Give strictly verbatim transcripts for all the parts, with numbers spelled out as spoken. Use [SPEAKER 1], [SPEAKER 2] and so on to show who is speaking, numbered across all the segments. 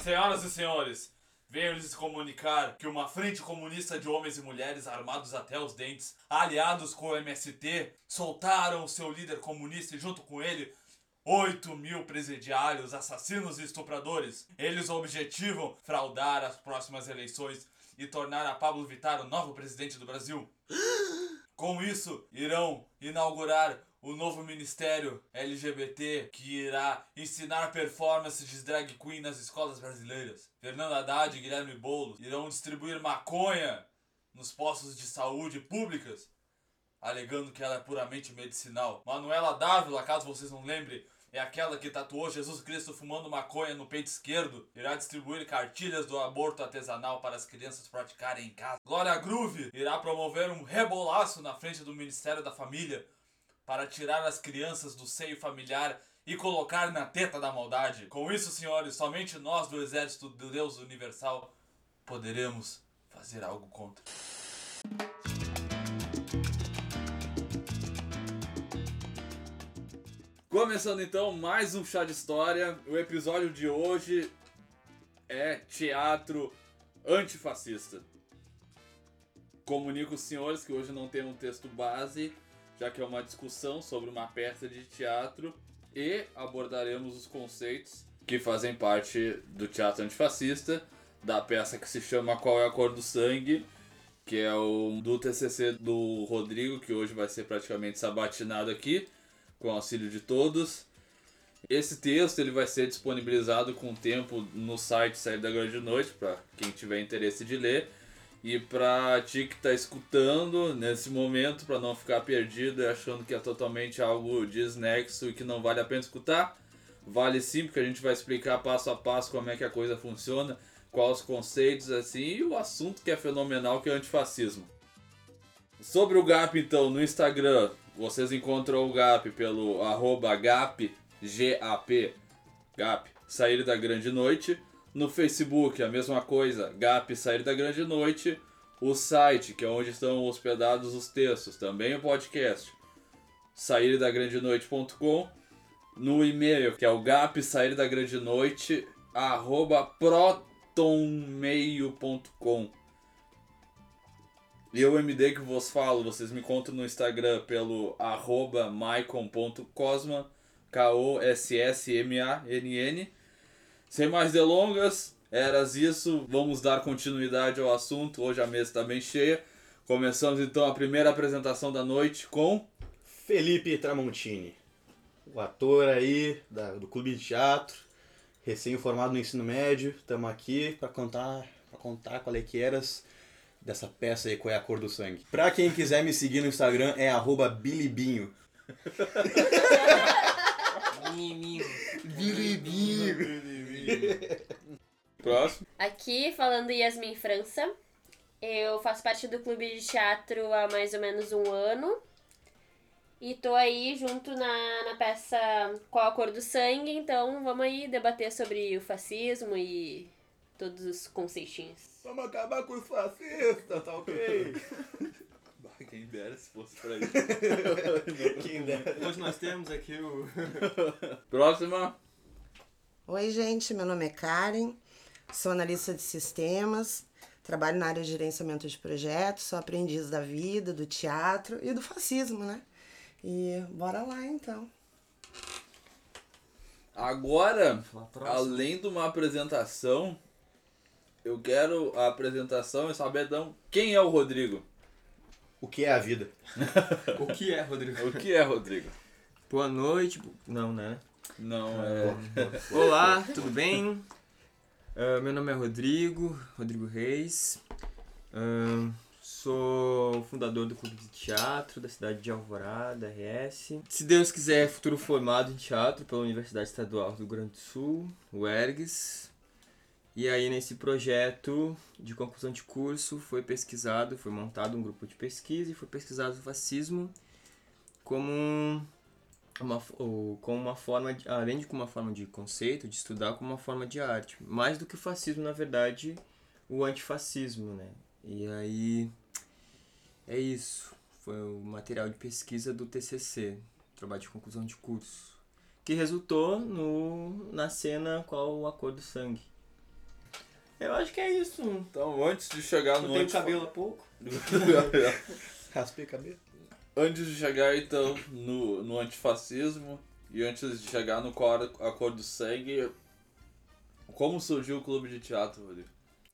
[SPEAKER 1] Senhoras e senhores, venho lhes comunicar que uma frente comunista de homens e mulheres armados até os dentes, aliados com o M S T, soltaram seu líder comunista e junto com ele oito mil presidiários, assassinos e estupradores. Eles objetivam fraudar as próximas eleições e tornar a Pablo Vittar o novo presidente do Brasil. Com isso, irão inaugurar o novo ministério L G B T que irá ensinar performance de drag queen nas escolas brasileiras. Fernando Haddad e Guilherme Boulos irão distribuir maconha nos postos de saúde públicas, alegando que ela é puramente medicinal. Manuela Dávila, caso vocês não lembrem, é aquela que tatuou Jesus Cristo fumando maconha no peito esquerdo. Irá distribuir cartilhas do aborto artesanal para as crianças praticarem em casa. Glória Groove irá promover um rebolaço na frente do Ministério da Família para tirar as crianças do seio familiar e colocar na teta da maldade. Com isso, senhores, somente nós do Exército do Deus Universal poderemos fazer algo contra. Começando então mais um Chá de História. O episódio de hoje é teatro antifascista. Comunico os senhores que hoje não tem um texto base, já que é uma discussão sobre uma peça de teatro, e abordaremos os conceitos que fazem parte do teatro antifascista, da peça que se chama Qual é a Cor do Sangue, que é o do T C C do Rodrigo, que hoje vai ser praticamente sabatinado aqui, com o auxílio de todos. Esse texto ele vai ser disponibilizado com o tempo no site Sair da Grande Noite, para quem tiver interesse de ler. E para ti que está escutando nesse momento, para não ficar perdido e achando que é totalmente algo desnexo e que não vale a pena escutar, vale sim, porque a gente vai explicar passo a passo como é que a coisa funciona, quais os conceitos assim, e o assunto que é fenomenal, que é o antifascismo. Sobre o G A P, então, no Instagram, vocês encontram o G A P pelo arroba gap, G A P, Gap, Sair da Grande Noite. No Facebook, a mesma coisa, Gap, Sair da Grande Noite. O site, que é onde estão hospedados os textos, também o podcast, sair da grande noite ponto com. No e-mail, que é o gap, sair da grande noite, arroba protonmail ponto com. E o M D que vos falo, vocês me encontram no Instagram pelo arroba maicon ponto cosma, K O S S M A N N. Sem mais delongas, eras isso, vamos dar continuidade ao assunto, hoje a mesa está bem cheia. Começamos então a primeira apresentação da noite com...
[SPEAKER 2] Felipe Tramontini, o ator aí da, do Clube de Teatro, recém-formado no ensino médio. Estamos aqui para contar, pra contar qual é que eras dessa peça aí, Qual é a Cor do Sangue. Pra quem quiser me seguir no Instagram é arroba bilibinho.
[SPEAKER 3] Bilibinho.
[SPEAKER 2] Bilibinho.
[SPEAKER 1] Próximo.
[SPEAKER 3] Aqui falando Yasmin França. Eu faço parte do Clube de Teatro há mais ou menos um ano. E tô aí junto na, na peça Qual a Cor do Sangue. Então vamos aí debater sobre o fascismo e todos os conceitinhos.
[SPEAKER 2] Vamos acabar com os fascistas, tá ok?
[SPEAKER 1] Quem dera se fosse pra isso.
[SPEAKER 2] Quem dera.
[SPEAKER 4] Hoje nós temos aqui o...
[SPEAKER 1] Próxima.
[SPEAKER 5] Oi, gente, meu nome é Karen, sou analista de sistemas, trabalho na área de gerenciamento de projetos, sou aprendiz da vida, do teatro e do fascismo, né? E bora lá, então.
[SPEAKER 1] Agora, além de uma apresentação, eu quero a apresentação e saber, então, quem é o Rodrigo?
[SPEAKER 2] O que é a vida?
[SPEAKER 4] O que é, Rodrigo?
[SPEAKER 1] O que é, Rodrigo?
[SPEAKER 4] Boa noite. Não, né?
[SPEAKER 1] Não, é...
[SPEAKER 4] Olá, tudo bem? Uh, meu nome é Rodrigo, Rodrigo Reis. Uh, sou fundador do Clube de Teatro da cidade de Alvorada, R S. Se Deus quiser, futuro formado em teatro pela Universidade Estadual do Rio Grande do Sul, o ERGS. E aí nesse projeto de conclusão de curso foi pesquisado, foi montado um grupo de pesquisa e foi pesquisado o fascismo como uma, ou, como uma forma, de, além de como uma forma de conceito, de estudar como uma forma de arte. Mais do que o fascismo, na verdade, o antifascismo, né? E aí é isso, foi o material de pesquisa do T C C, trabalho de conclusão de curso, que resultou no, na cena Qual a Cor do Sangue. Eu acho que é isso.
[SPEAKER 1] Então, antes de chegar
[SPEAKER 4] Eu
[SPEAKER 1] no
[SPEAKER 4] tenho
[SPEAKER 1] antifa-
[SPEAKER 4] cabelo há pouco.
[SPEAKER 2] Raspei a cabeça.
[SPEAKER 1] Antes de chegar, então, no, no antifascismo e antes de chegar no cor, a cor do sangue, como surgiu o clube de teatro, Rodrigo?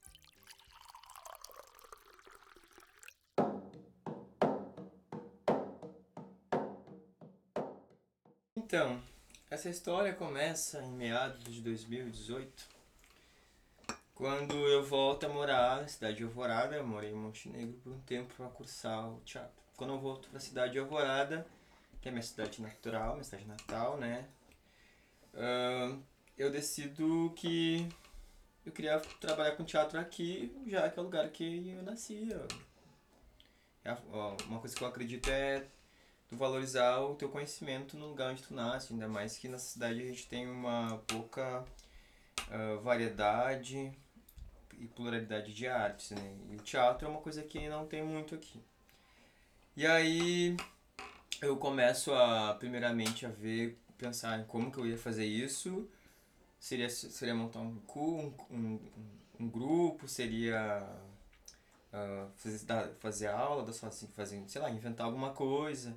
[SPEAKER 4] Então, essa história começa em meados de dois mil e dezoito, quando eu volto a morar na cidade de Alvorada. Eu morei em Montenegro por um tempo para cursar o teatro. Quando eu volto para a cidade de Alvorada, que é minha cidade natural, minha cidade natal, né? Uh, eu decido que eu queria trabalhar com teatro aqui, já que é o lugar que eu nasci. É uma coisa que eu acredito é tu valorizar o teu conhecimento no lugar onde tu nasce, ainda mais que na cidade a gente tem uma pouca uh, variedade e pluralidade de artes, né? E o teatro é uma coisa que não tem muito aqui. E aí eu começo a, primeiramente, a ver, pensar em como que eu ia fazer isso. Seria, seria montar um, um, um, um grupo, seria uh, fazer, fazer aula, fazer, fazer, sei lá, inventar alguma coisa.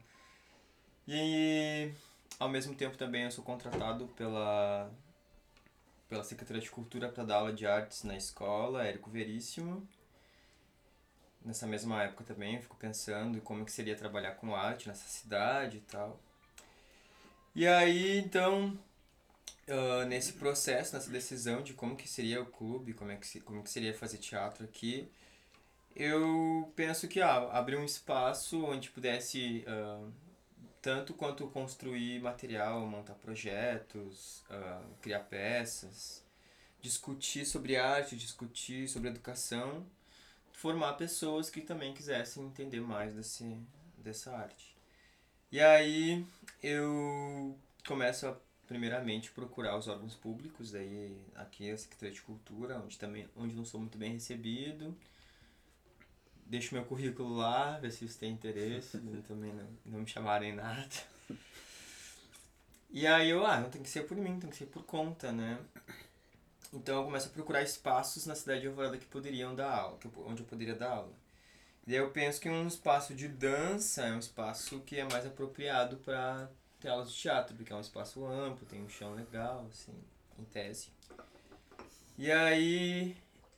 [SPEAKER 4] E ao mesmo tempo também eu sou contratado pela, pela Secretaria de Cultura para dar aula de artes na escola, Érico Veríssimo. Nessa mesma época também eu fico pensando em como que seria trabalhar com arte nessa cidade e tal. E aí então, uh, nesse processo, nessa decisão de como que seria o clube, como, é que, como que seria fazer teatro aqui, eu penso que ah, abrir um espaço onde pudesse... Uh, tanto quanto construir material, montar projetos, uh, criar peças, discutir sobre arte, discutir sobre educação, formar pessoas que também quisessem entender mais desse, dessa arte. E aí eu começo a, primeiramente, procurar os órgãos públicos, daí aqui a Secretaria de Cultura, onde, também, onde não sou muito bem recebido. Deixo meu currículo lá, ver se eles têm interesse, também não, não me chamarem nada. E aí eu, ah, não tem que ser por mim, tem que ser por conta, né? Então eu começo a procurar espaços na cidade de Alvorada que poderiam dar aula, que eu, onde eu poderia dar aula. E aí eu penso que um espaço de dança é um espaço que é mais apropriado para ter aulas de teatro, porque é um espaço amplo, tem um chão legal, assim, em tese. E aí...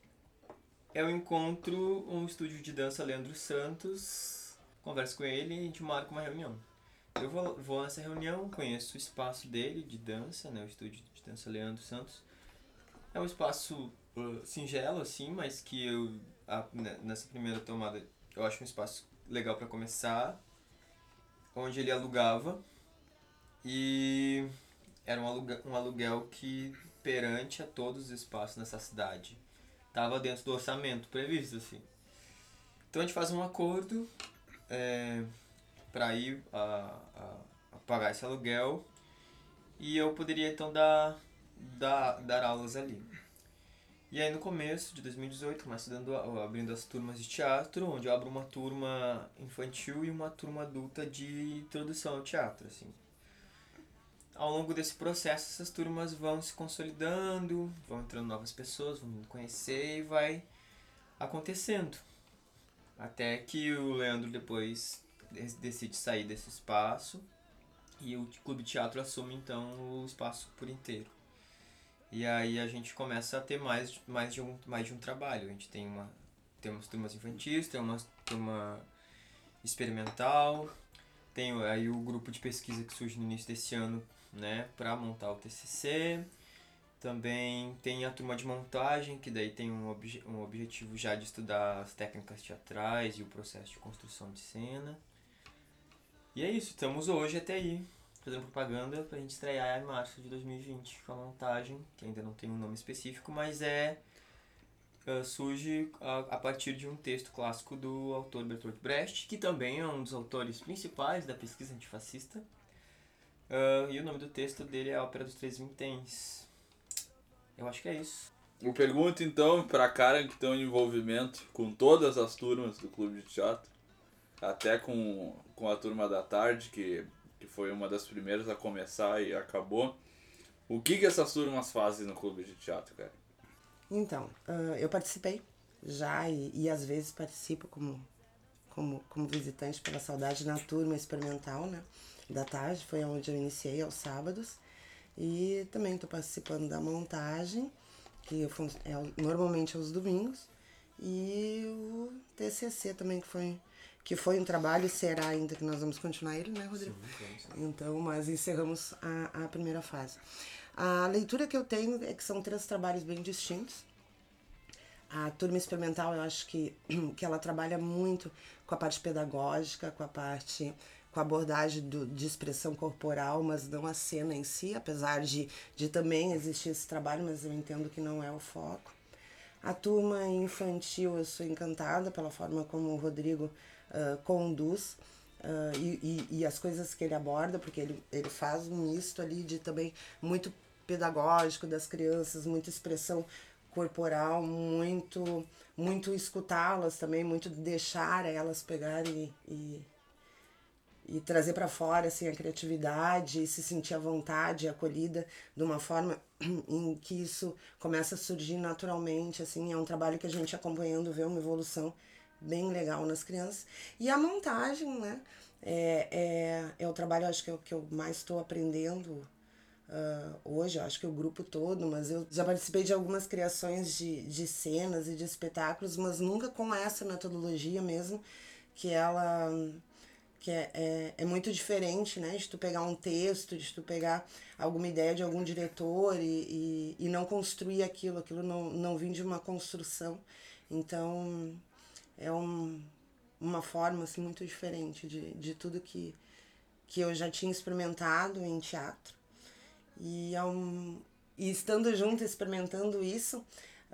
[SPEAKER 4] eu encontro um estúdio de dança Leandro Santos, converso com ele e a gente marca uma reunião. Eu vou, vou nessa reunião, conheço o espaço dele de dança, né, o estúdio de dança Leandro Santos. É um espaço uh, singelo, assim, mas que eu, a, nessa primeira tomada, eu acho um espaço legal para começar, onde ele alugava. E era um aluguel, um aluguel que, perante a todos os espaços nessa cidade, estava dentro do orçamento previsto, assim. Então a gente faz um acordo é, para ir a, a, a pagar esse aluguel e eu poderia então dar, dar, dar aulas ali. E aí no começo de dois mil e dezoito começo dando, abrindo as turmas de teatro, onde eu abro uma turma infantil e uma turma adulta de introdução ao teatro, assim. Ao longo desse processo, essas turmas vão se consolidando, vão entrando novas pessoas, vão me conhecer e vai acontecendo. Até que o Leandro depois decide sair desse espaço e o Clube Teatro assume então o espaço por inteiro. E aí a gente começa a ter mais, mais, de, um, mais de um trabalho. A gente tem uma, temos turmas infantis, tem uma turma experimental, tem aí o grupo de pesquisa que surge no início desse ano, né, para montar o T C C. Também tem a turma de montagem, que daí tem um, obje- um objetivo já de estudar as técnicas teatrais e o processo de construção de cena. E é isso, estamos hoje até aí, fazendo propaganda pra gente estrear em março de dois mil e vinte com a montagem, que ainda não tem um nome específico, mas é uh, surge a, a partir de um texto clássico do autor Bertolt Brecht, que também é um dos autores principais da pesquisa antifascista. Uh, e o nome do texto dele é a Ópera dos Três Vinténs. Eu acho que é isso.
[SPEAKER 1] Eu pergunto então para Karen, que tem um envolvimento com todas as turmas do Clube de Teatro, até com, com a turma da tarde, que, que foi uma das primeiras a começar e acabou. O que, que essas turmas fazem no Clube de Teatro, cara?
[SPEAKER 5] Então, uh, eu participei já e, e às vezes participo como, como, como visitante pela Saudade na turma experimental, né? Da tarde, foi onde eu iniciei aos sábados. E também estou participando da montagem, que é normalmente aos domingos. E o T C C também, que foi, que foi um trabalho, e será ainda que nós vamos continuar ele, né, Rodrigo? Sim, sim, sim. Então, mas encerramos a, a primeira fase. A leitura que eu tenho é que são três trabalhos bem distintos. A turma experimental, eu acho que, que ela trabalha muito com a parte pedagógica, com a parte, com a abordagem do, de expressão corporal, mas não a cena em si, apesar de, de também existir esse trabalho, mas eu entendo que não é o foco. A turma infantil, eu sou encantada pela forma como o Rodrigo uh, conduz uh, e, e, e as coisas que ele aborda, porque ele, ele faz um misto ali de também muito pedagógico das crianças, muita expressão corporal, muito, muito escutá-las também, muito deixar elas pegarem e, e, e trazer para fora assim, a criatividade e se sentir à vontade, acolhida de uma forma em que isso começa a surgir naturalmente. Assim, é um trabalho que a gente acompanhando vê uma evolução bem legal nas crianças. E a montagem, né? É, é, é o trabalho, acho que é o que eu mais estou aprendendo Uh, hoje, eu acho que o grupo todo, mas eu já participei de algumas criações de, de cenas e de espetáculos, mas nunca com essa metodologia mesmo, que ela que é, é, é muito diferente, né, de tu pegar um texto, de tu pegar alguma ideia de algum diretor e, e, e não construir aquilo, aquilo não, não vem de uma construção. Então é um, uma forma assim, muito diferente de, de tudo que, que eu já tinha experimentado em teatro. E, é um, e estando junto, experimentando isso,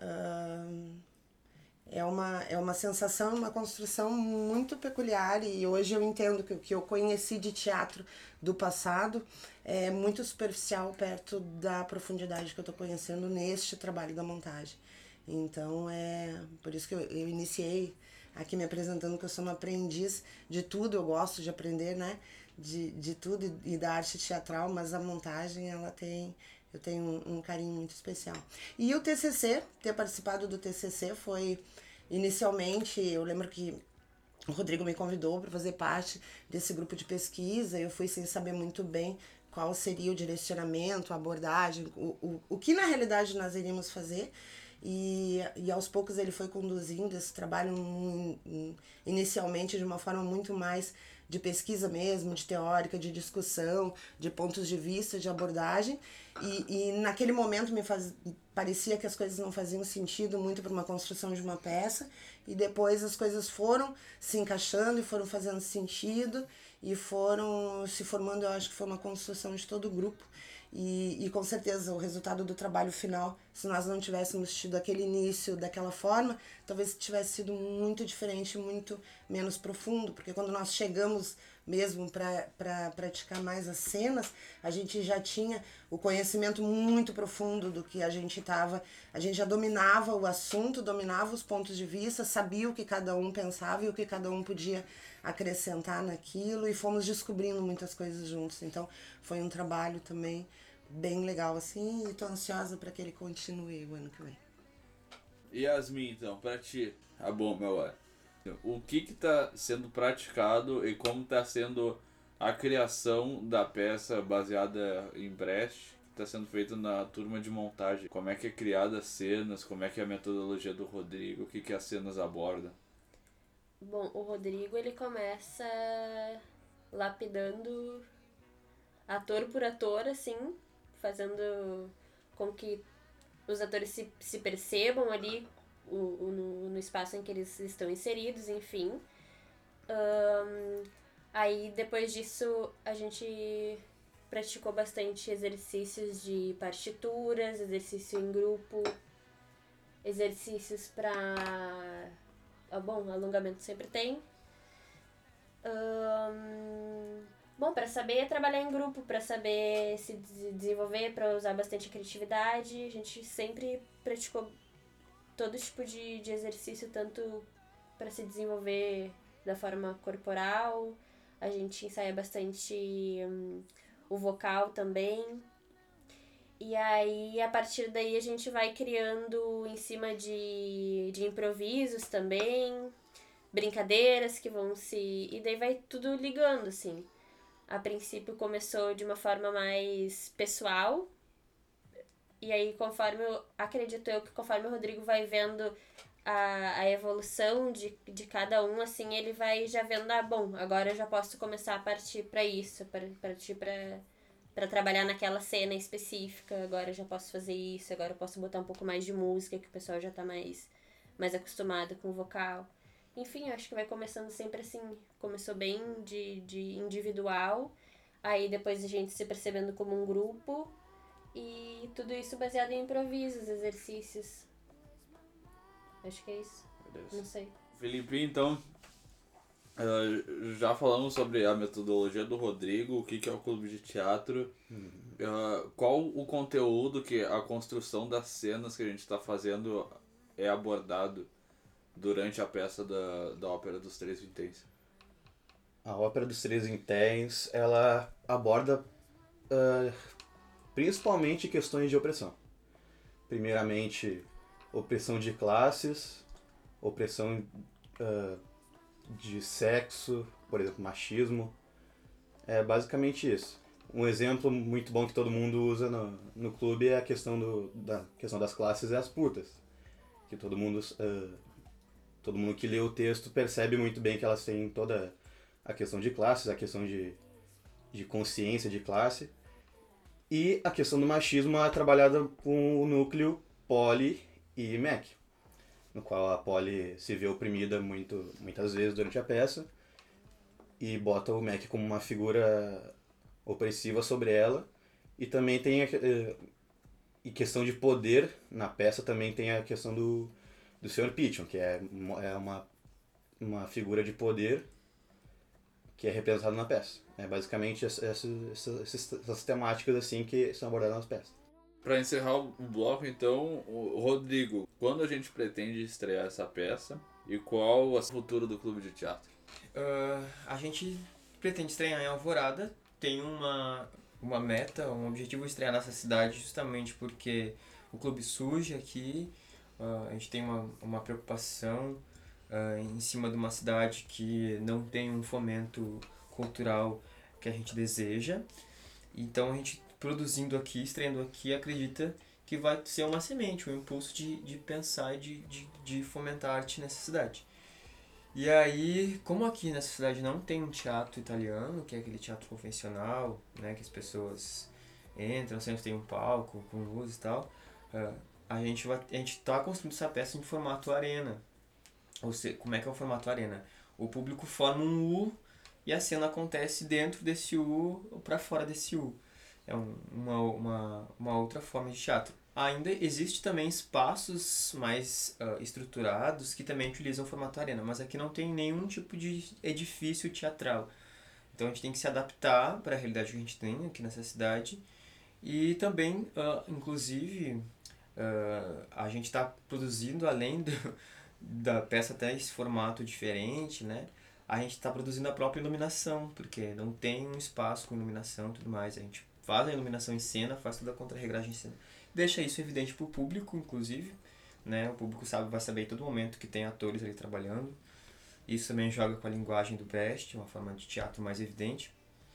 [SPEAKER 5] uh, é, uma, é uma sensação, uma construção muito peculiar. E hoje eu entendo que o que eu conheci de teatro do passado é muito superficial perto da profundidade que eu estou conhecendo neste trabalho da montagem. Então é por isso que eu, eu iniciei aqui me apresentando, que eu sou uma aprendiz de tudo, eu gosto de aprender, né? De, de tudo e da arte teatral, mas a montagem, ela tem, eu tenho um, um carinho muito especial. E o T C C, ter participado do T C C foi, inicialmente, eu lembro que o Rodrigo me convidou para fazer parte desse grupo de pesquisa, eu fui sem saber muito bem qual seria o direcionamento, a abordagem, o, o, o que na realidade nós iríamos fazer. E, e aos poucos ele foi conduzindo esse trabalho um, um, inicialmente de uma forma muito mais de pesquisa mesmo, de teórica, de discussão, de pontos de vista, de abordagem. E, e naquele momento me faz, parecia que as coisas não faziam sentido muito para uma construção de uma peça. E depois as coisas foram se encaixando e foram fazendo sentido e foram se formando, eu acho que foi uma construção de todo o grupo. E, e com certeza o resultado do trabalho final, se nós não tivéssemos tido aquele início daquela forma, talvez tivesse sido muito diferente, muito menos profundo, porque quando nós chegamos mesmo para praticar mais as cenas, a gente já tinha o conhecimento muito profundo do que a gente estava, a gente já dominava o assunto, dominava os pontos de vista, sabia o que cada um pensava e o que cada um podia acrescentar naquilo, e fomos descobrindo muitas coisas juntos. Então foi um trabalho também bem legal assim, e tô ansiosa para que ele continue o ano que vem.
[SPEAKER 1] Yasmin, então, pra ti, a bom, meu ar, o que que tá sendo praticado e como tá sendo a criação da peça baseada em Brecht, que tá sendo feita na turma de montagem? Como é que é criada as cenas, como é que é a metodologia do Rodrigo, o que que as cenas abordam?
[SPEAKER 3] Bom, o Rodrigo, ele começa lapidando ator por ator, assim, fazendo com que os atores se, se percebam ali o, o, no, no espaço em que eles estão inseridos, enfim. Um, aí, depois disso, a gente praticou bastante exercícios de partituras, exercício em grupo, exercícios pra... Ah, bom, alongamento sempre tem. Um, bom, para saber trabalhar em grupo, para saber se desenvolver, para usar bastante criatividade, a gente sempre praticou todo tipo de, de exercício, tanto para se desenvolver da forma corporal, a gente ensaia bastante um, o vocal também. E aí, a partir daí, a gente vai criando em cima de, de improvisos também, brincadeiras que vão se... E daí vai tudo ligando, assim. A princípio começou de uma forma mais pessoal, e aí conforme, eu acredito eu que conforme o Rodrigo vai vendo a, a evolução de, de cada um, assim, ele vai já vendo, ah, bom, agora eu já posso começar a partir pra isso, pra, partir pra... Pra trabalhar naquela cena específica, agora eu já posso fazer isso, agora eu posso botar um pouco mais de música, que o pessoal já tá mais, mais acostumado com o vocal. Enfim, eu acho que vai começando sempre assim, começou bem de, de individual, aí depois a gente se percebendo como um grupo, e tudo isso baseado em improvisos, exercícios. Acho que é isso,
[SPEAKER 1] Beleza.
[SPEAKER 3] não sei.
[SPEAKER 1] Felipe, então, uh, já falamos sobre a metodologia do Rodrigo, o que, que é o clube de teatro, uh, qual o conteúdo que a construção das cenas que a gente está fazendo é abordado durante a peça da, da Ópera dos Três Vinténs.
[SPEAKER 2] A Ópera dos Três Vinténs, ela aborda uh, principalmente questões de opressão. Primeiramente, opressão de classes, opressão uh, de sexo, por exemplo, machismo. É basicamente isso. Um exemplo muito bom que todo mundo usa no, no clube é a questão, do, da, questão das classes e as putas. Que todo mundo, uh, todo mundo que lê o texto percebe muito bem que elas têm toda a questão de classes, a questão de, de consciência de classe. E a questão do machismo é trabalhada com o núcleo Polly e Mac, no qual a Polly se vê oprimida muito, muitas vezes durante a peça e bota o Mac como uma figura opressiva sobre ela. E também tem a e questão de poder na peça, também tem a questão do, do senhor Pigeon, que é, é uma, uma figura de poder que é representado na peça. É basicamente essas, essas, essas temáticas assim que são abordadas nas peças.
[SPEAKER 1] Para encerrar o bloco, então, o Rodrigo, quando a gente pretende estrear essa peça e qual o futuro do clube de teatro?
[SPEAKER 4] Uh, a gente pretende estrear em Alvorada, tem uma, uma meta, um objetivo de estrear nessa cidade justamente porque o clube surge aqui, uh, a gente tem uma, uma preocupação uh, em cima de uma cidade que não tem um fomento cultural que a gente deseja, então a gente produzindo aqui, estreando aqui, acredita que vai ser uma semente, um impulso de, de pensar e de, de, de fomentar a arte nessa cidade. E aí, como aqui nessa cidade não tem um teatro italiano, que é aquele teatro convencional, né, que as pessoas entram, sempre tem um palco com luz e tal, uh, a gente vai, a gente tá construindo essa peça em formato arena. Ou seja, como é que é o formato arena? O público forma um U e a cena acontece dentro desse U ou para fora desse U. É um, uma, uma, uma outra forma de teatro. Ainda existe também espaços mais uh, estruturados que também utilizam o formato arena, mas aqui não tem nenhum tipo de edifício teatral. Então a gente tem que se adaptar para a realidade que a gente tem aqui nessa cidade. E também, uh, inclusive, uh, a gente está produzindo, além do, da peça até esse formato diferente, né? A gente está produzindo a própria iluminação, porque não tem um espaço com iluminação e tudo mais. A gente faz a iluminação em cena, faz toda a contra-regragem em cena. Deixa isso evidente para o público, inclusive, né? O público sabe, vai saber em todo momento que tem atores ali trabalhando. Isso também joga com a linguagem do Brecht, uma forma de teatro mais evidente.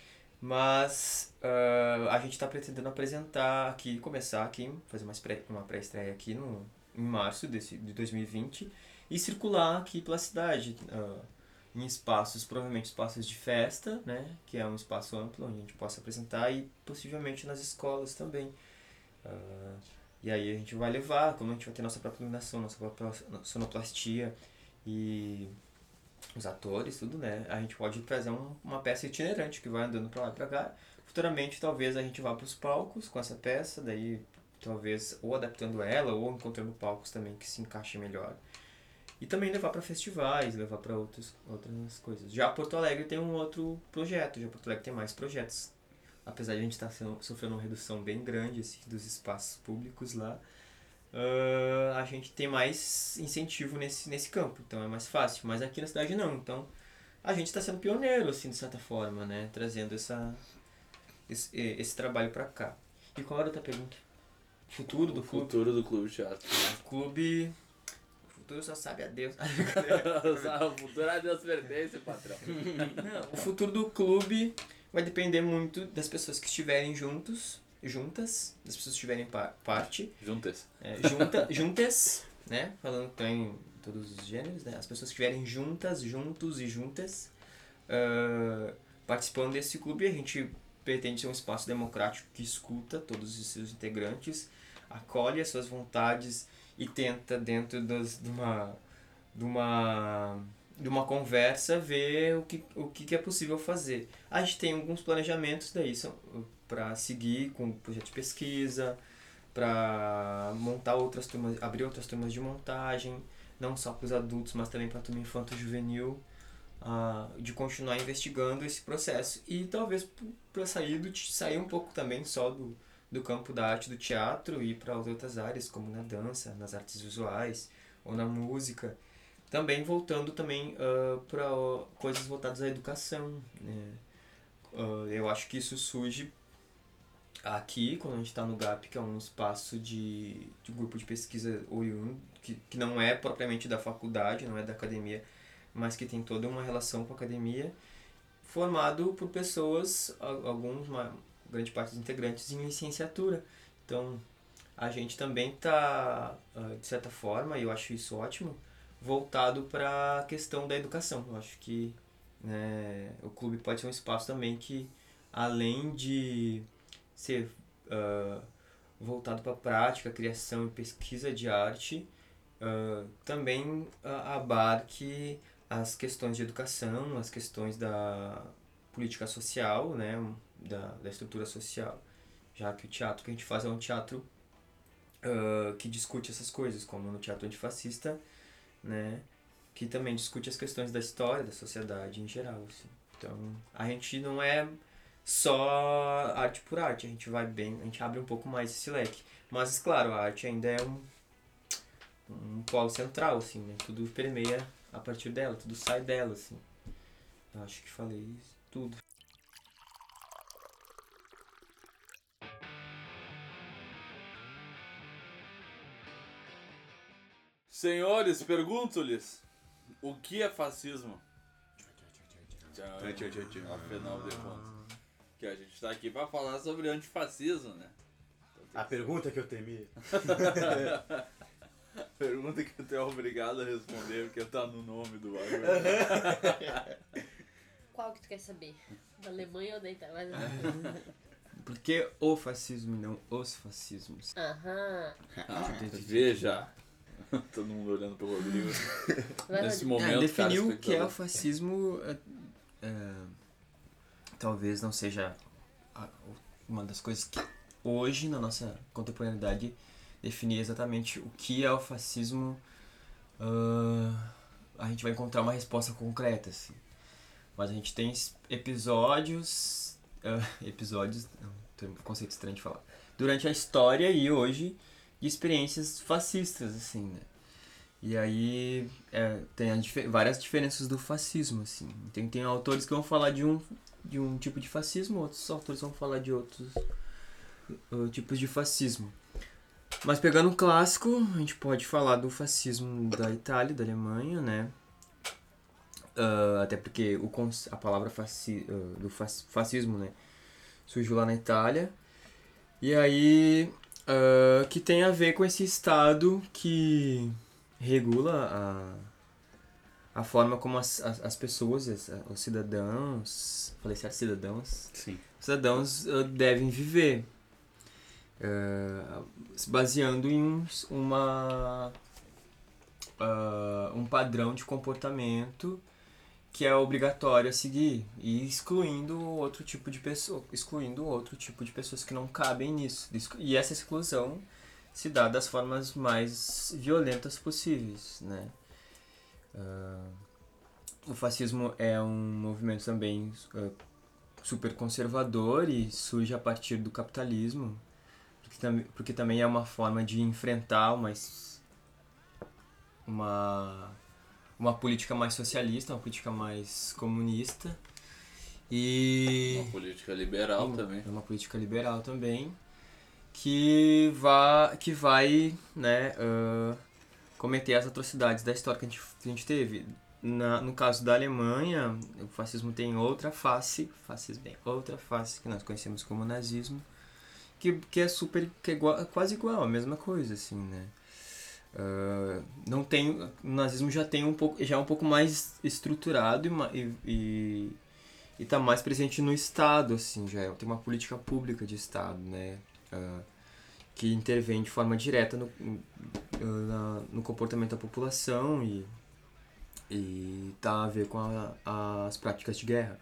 [SPEAKER 4] Mas uh, a gente está pretendendo apresentar aqui, começar aqui, fazer uma, pré, uma pré-estreia aqui no, em março desse, de dois mil e vinte e circular aqui pela cidade, uh, em espaços, provavelmente espaços de festa, né? Que é um espaço amplo onde a gente possa apresentar e possivelmente nas escolas também. Uh, e aí a gente vai levar, como a gente vai ter nossa própria iluminação, nossa própria sonoplastia e os atores, tudo, né? A gente pode trazer um, uma peça itinerante que vai andando pra lá e pra cá. Futuramente, talvez a gente vá pros palcos com essa peça, daí talvez ou adaptando ela ou encontrando palcos também que se encaixem melhor. E também levar para festivais, levar para outras outras coisas. Já Porto Alegre tem um outro projeto, já Porto Alegre tem mais projetos. Apesar de a gente estar tá sofrendo uma redução bem grande assim, dos espaços públicos lá, uh, a gente tem mais incentivo nesse, nesse campo, então é mais fácil. Mas aqui na cidade não, então a gente está sendo pioneiro, assim, de certa forma, né? Trazendo essa, esse, esse trabalho para cá. E qual era a outra pergunta? futuro do
[SPEAKER 1] O
[SPEAKER 4] clube.
[SPEAKER 1] futuro do clube de teatro.
[SPEAKER 4] O clube... O futuro só sabe a Deus.
[SPEAKER 1] O futuro a Deus pertence, patrão.
[SPEAKER 4] Não, o futuro do clube vai depender muito das pessoas que estiverem juntos, juntas, das pessoas que estiverem par parte.
[SPEAKER 1] Juntas.
[SPEAKER 4] É, junta, juntas, né? Falando que tem em todos os gêneros, né? As pessoas que estiverem juntas, juntos e juntas, uh, participando desse clube. A gente pretende ser um espaço democrático que escuta todos os seus integrantes, acolhe as suas vontades e tenta, dentro das, de, uma, de, uma, de uma conversa, ver o que, o que é possível fazer. A gente tem alguns planejamentos daí para seguir com o projeto de pesquisa, para montar outras turmas, abrir outras turmas de montagem, não só para os adultos, mas também para a turma infanto-juvenil, uh, de continuar investigando esse processo. E talvez para sair, do, sair um pouco também só do, do campo da arte do teatro e ir para outras áreas, como na dança, nas artes visuais ou na música. Também voltando também uh, para uh, coisas voltadas à educação, né? Uh, eu acho que isso surge aqui, quando a gente está no G A P, que é um espaço de, de grupo de pesquisa oriundo, que, que não é propriamente da faculdade, não é da academia, mas que tem toda uma relação com a academia, formado por pessoas, alguns, uma grande parte dos integrantes, em licenciatura. Então, a gente também está, de certa forma, e eu acho isso ótimo, voltado para a questão da educação. Eu acho que, né, o clube pode ser um espaço também que, além de ser uh, voltado para a prática, criação e pesquisa de arte, uh, também uh, abarque as questões de educação, as questões da política social, né, da, da estrutura social, já que o teatro que a gente faz é um teatro uh, que discute essas coisas, como no teatro antifascista, né, que também discute as questões da história, da sociedade em geral. Assim. Então, a gente não é só arte por arte, a gente vai bem, a gente abre um pouco mais esse leque. Mas, claro, a arte ainda é um, um polo central, assim, né? Tudo permeia a partir dela, tudo sai dela, assim. Eu acho que falei tudo.
[SPEAKER 1] Senhores, pergunto-lhes, o que é fascismo? Afinal de contas. Que a gente tá aqui pra falar sobre antifascismo, né?
[SPEAKER 2] A pergunta que eu temia.
[SPEAKER 1] Pergunta que eu tenho obrigado a responder, porque tá no nome do bagulho.
[SPEAKER 3] Qual que tu quer saber? Da Alemanha ou da Itália?
[SPEAKER 4] Por que o fascismo e não os fascismos?
[SPEAKER 3] Aham.
[SPEAKER 1] Ah, veja. Todo mundo olhando pro Rodrigo. Nesse momento,
[SPEAKER 4] é, definir
[SPEAKER 1] cara,
[SPEAKER 4] o que é o fascismo é, é, talvez não seja a, uma das coisas que hoje, na nossa contemporaneidade, definir exatamente o que é o fascismo, uh, a gente vai encontrar uma resposta concreta, assim. Mas a gente tem episódios, uh, episódios, é um conceito estranho de falar, durante a história e hoje, de experiências fascistas, assim, né? E aí é, tem a dif- várias diferenças do fascismo, assim. Tem, tem autores que vão falar de um, de um tipo de fascismo, outros autores vão falar de outros uh, tipos de fascismo. Mas pegando um clássico, a gente pode falar do fascismo da Itália, da Alemanha, né? Uh, até porque o, a palavra fasci, uh, do fascismo, né, surgiu lá na Itália. E aí, uh, que tem a ver com esse Estado que regula a, a forma como as, as, as pessoas, as, os cidadãos, falei certo, cidadãos?
[SPEAKER 2] Sim.
[SPEAKER 4] Cidadãos uh, devem viver. Uh, se baseando em um, uma, uh, um padrão de comportamento que é obrigatório a seguir e excluindo outro tipo de pessoa, excluindo outro tipo de pessoas que não cabem nisso. E essa exclusão se dá das formas mais violentas possíveis, né? Uh, o fascismo é um movimento também uh, super conservador e surge a partir do capitalismo, porque, tam- porque também é uma forma de enfrentar uma, uma uma política mais socialista, uma política mais comunista e
[SPEAKER 1] Uma política liberal
[SPEAKER 4] uma,
[SPEAKER 1] também.
[SPEAKER 4] uma política liberal também. que, vá, que vai, né, uh, cometer as atrocidades da história que a gente, que a gente teve. Na, no caso da Alemanha, o fascismo tem outra face, fascismo tem outra face, que nós conhecemos como nazismo, que, que é super, que é igual, quase igual, a mesma coisa, assim, né. Uh, não tem, o nazismo já tem um pouco, já é um pouco mais estruturado e, e, e tá mais presente no Estado, assim, já é, tem uma política pública de Estado, né, uh, que intervém de forma direta no, uh, na, no comportamento da população e, e tá a ver com a, as práticas de guerra.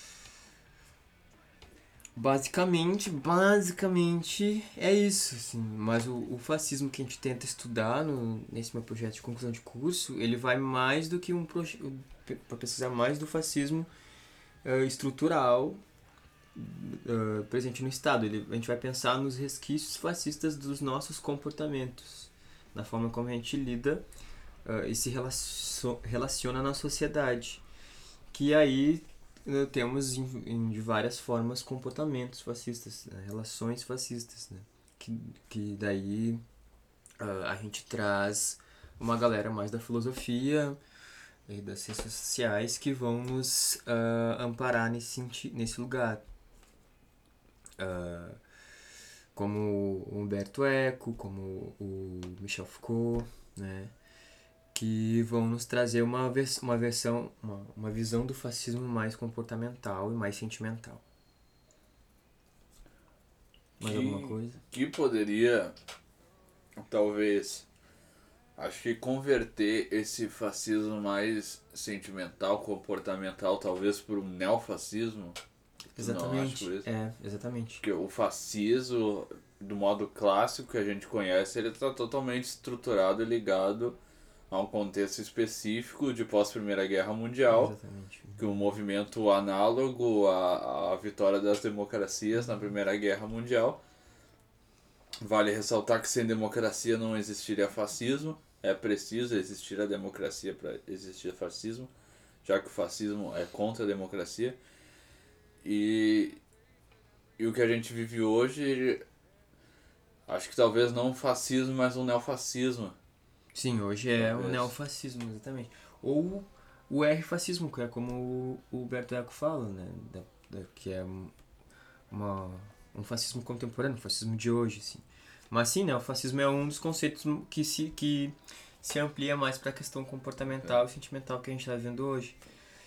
[SPEAKER 4] Basicamente, basicamente é isso, assim. Mas o, o fascismo que a gente tenta estudar no, nesse meu projeto de conclusão de curso, ele vai mais do que um projeto, para precisar mais do fascismo uh, estrutural uh, presente no Estado. Ele, a gente vai pensar nos resquícios fascistas dos nossos comportamentos, na forma como a gente lida uh, e se relaciona, relaciona na sociedade. Que aí temos em, em, de várias formas comportamentos fascistas, né? Relações fascistas, né? que, que daí uh, a gente traz uma galera mais da filosofia e das ciências sociais que vão nos uh, amparar nesse, nesse lugar. Uh, como o Humberto Eco, como o Michel Foucault, né? Que vão nos trazer uma, vers uma versão, uma, uma visão do fascismo mais comportamental e mais sentimental. Mais
[SPEAKER 1] que,
[SPEAKER 4] alguma coisa?
[SPEAKER 1] Que poderia, talvez, acho que converter esse fascismo mais sentimental, comportamental, talvez por um neofascismo.
[SPEAKER 4] Exatamente.
[SPEAKER 1] Não acho isso.
[SPEAKER 4] É, exatamente.
[SPEAKER 1] Porque o fascismo, do modo clássico que a gente conhece, ele está totalmente estruturado e ligado a um contexto específico de pós-Primeira Guerra Mundial,
[SPEAKER 4] Exatamente.
[SPEAKER 1] que um movimento análogo à, à vitória das democracias na Primeira Guerra Mundial. Vale ressaltar que sem democracia não existiria fascismo, é preciso existir a democracia para existir fascismo, já que o fascismo é contra a democracia. E, e o que a gente vive hoje, acho que talvez não um fascismo, mas um neofascismo.
[SPEAKER 4] Sim, hoje é
[SPEAKER 1] Talvez.
[SPEAKER 4] o neofascismo, exatamente. Ou o R-fascismo, que é como o Humberto Eco fala, né? Da, da, que é uma, um fascismo contemporâneo, um fascismo de hoje, assim. Mas sim, né? O fascismo é um dos conceitos que se, que se amplia mais para a questão comportamental é. e sentimental que a gente está vendo hoje.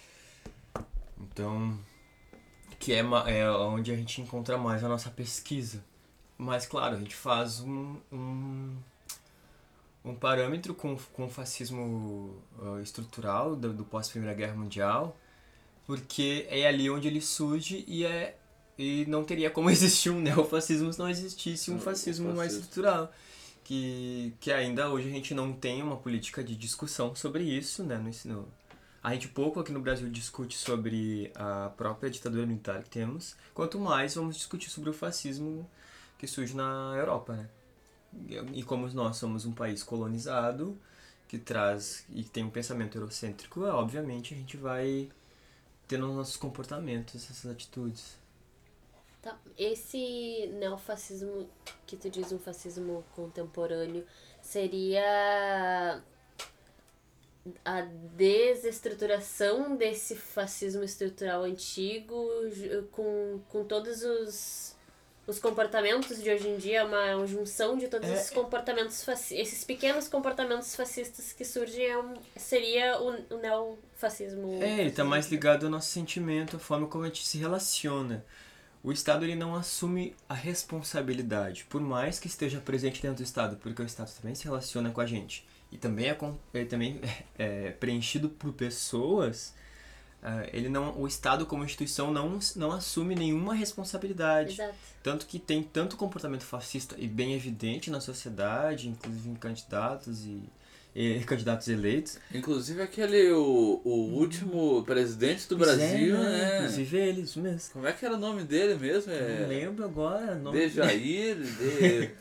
[SPEAKER 4] Então, que é, é onde a gente encontra mais a nossa pesquisa. Mas, claro, a gente faz um... um um parâmetro com, com o fascismo uh, estrutural do, do pós-Primeira Guerra Mundial, porque é ali onde ele surge e, é, e não teria como existir um neofascismo se não existisse um fascismo mais estrutural. Que, que ainda hoje a gente não tem uma política de discussão sobre isso, né, no ensino. A gente pouco aqui no Brasil discute sobre a própria ditadura militar que temos, quanto mais vamos discutir sobre o fascismo que surge na Europa, né. E como nós somos um país colonizado, que traz e tem um pensamento eurocêntrico, obviamente a gente vai ter nos nossos comportamentos essas atitudes.
[SPEAKER 3] Tá. Esse neofascismo que tu diz, um fascismo contemporâneo, seria a desestruturação desse fascismo estrutural antigo com, com todos os... Os comportamentos de hoje em dia é uma junção de todos é, esses comportamentos, fasc... esses pequenos comportamentos fascistas que surgem, é um... seria o, o neofascismo.
[SPEAKER 4] É, ele está mais ligado ao nosso sentimento, à forma como a gente se relaciona. O Estado ele não assume a responsabilidade, por mais que esteja presente dentro do Estado, porque o Estado também se relaciona com a gente. E também é, é, também é preenchido por pessoas... Uh, ele não, o Estado como instituição não, não assume nenhuma responsabilidade.
[SPEAKER 3] Exato.
[SPEAKER 4] Tanto que tem tanto comportamento fascista e bem evidente na sociedade, inclusive em candidatos e, e candidatos eleitos.
[SPEAKER 1] Inclusive aquele, o, o último presidente do Brasil, é, né?
[SPEAKER 4] Inclusive ele, isso mesmo.
[SPEAKER 1] Como é que era o nome dele mesmo? É...
[SPEAKER 4] Não lembro agora. O nome
[SPEAKER 1] Dejair, de...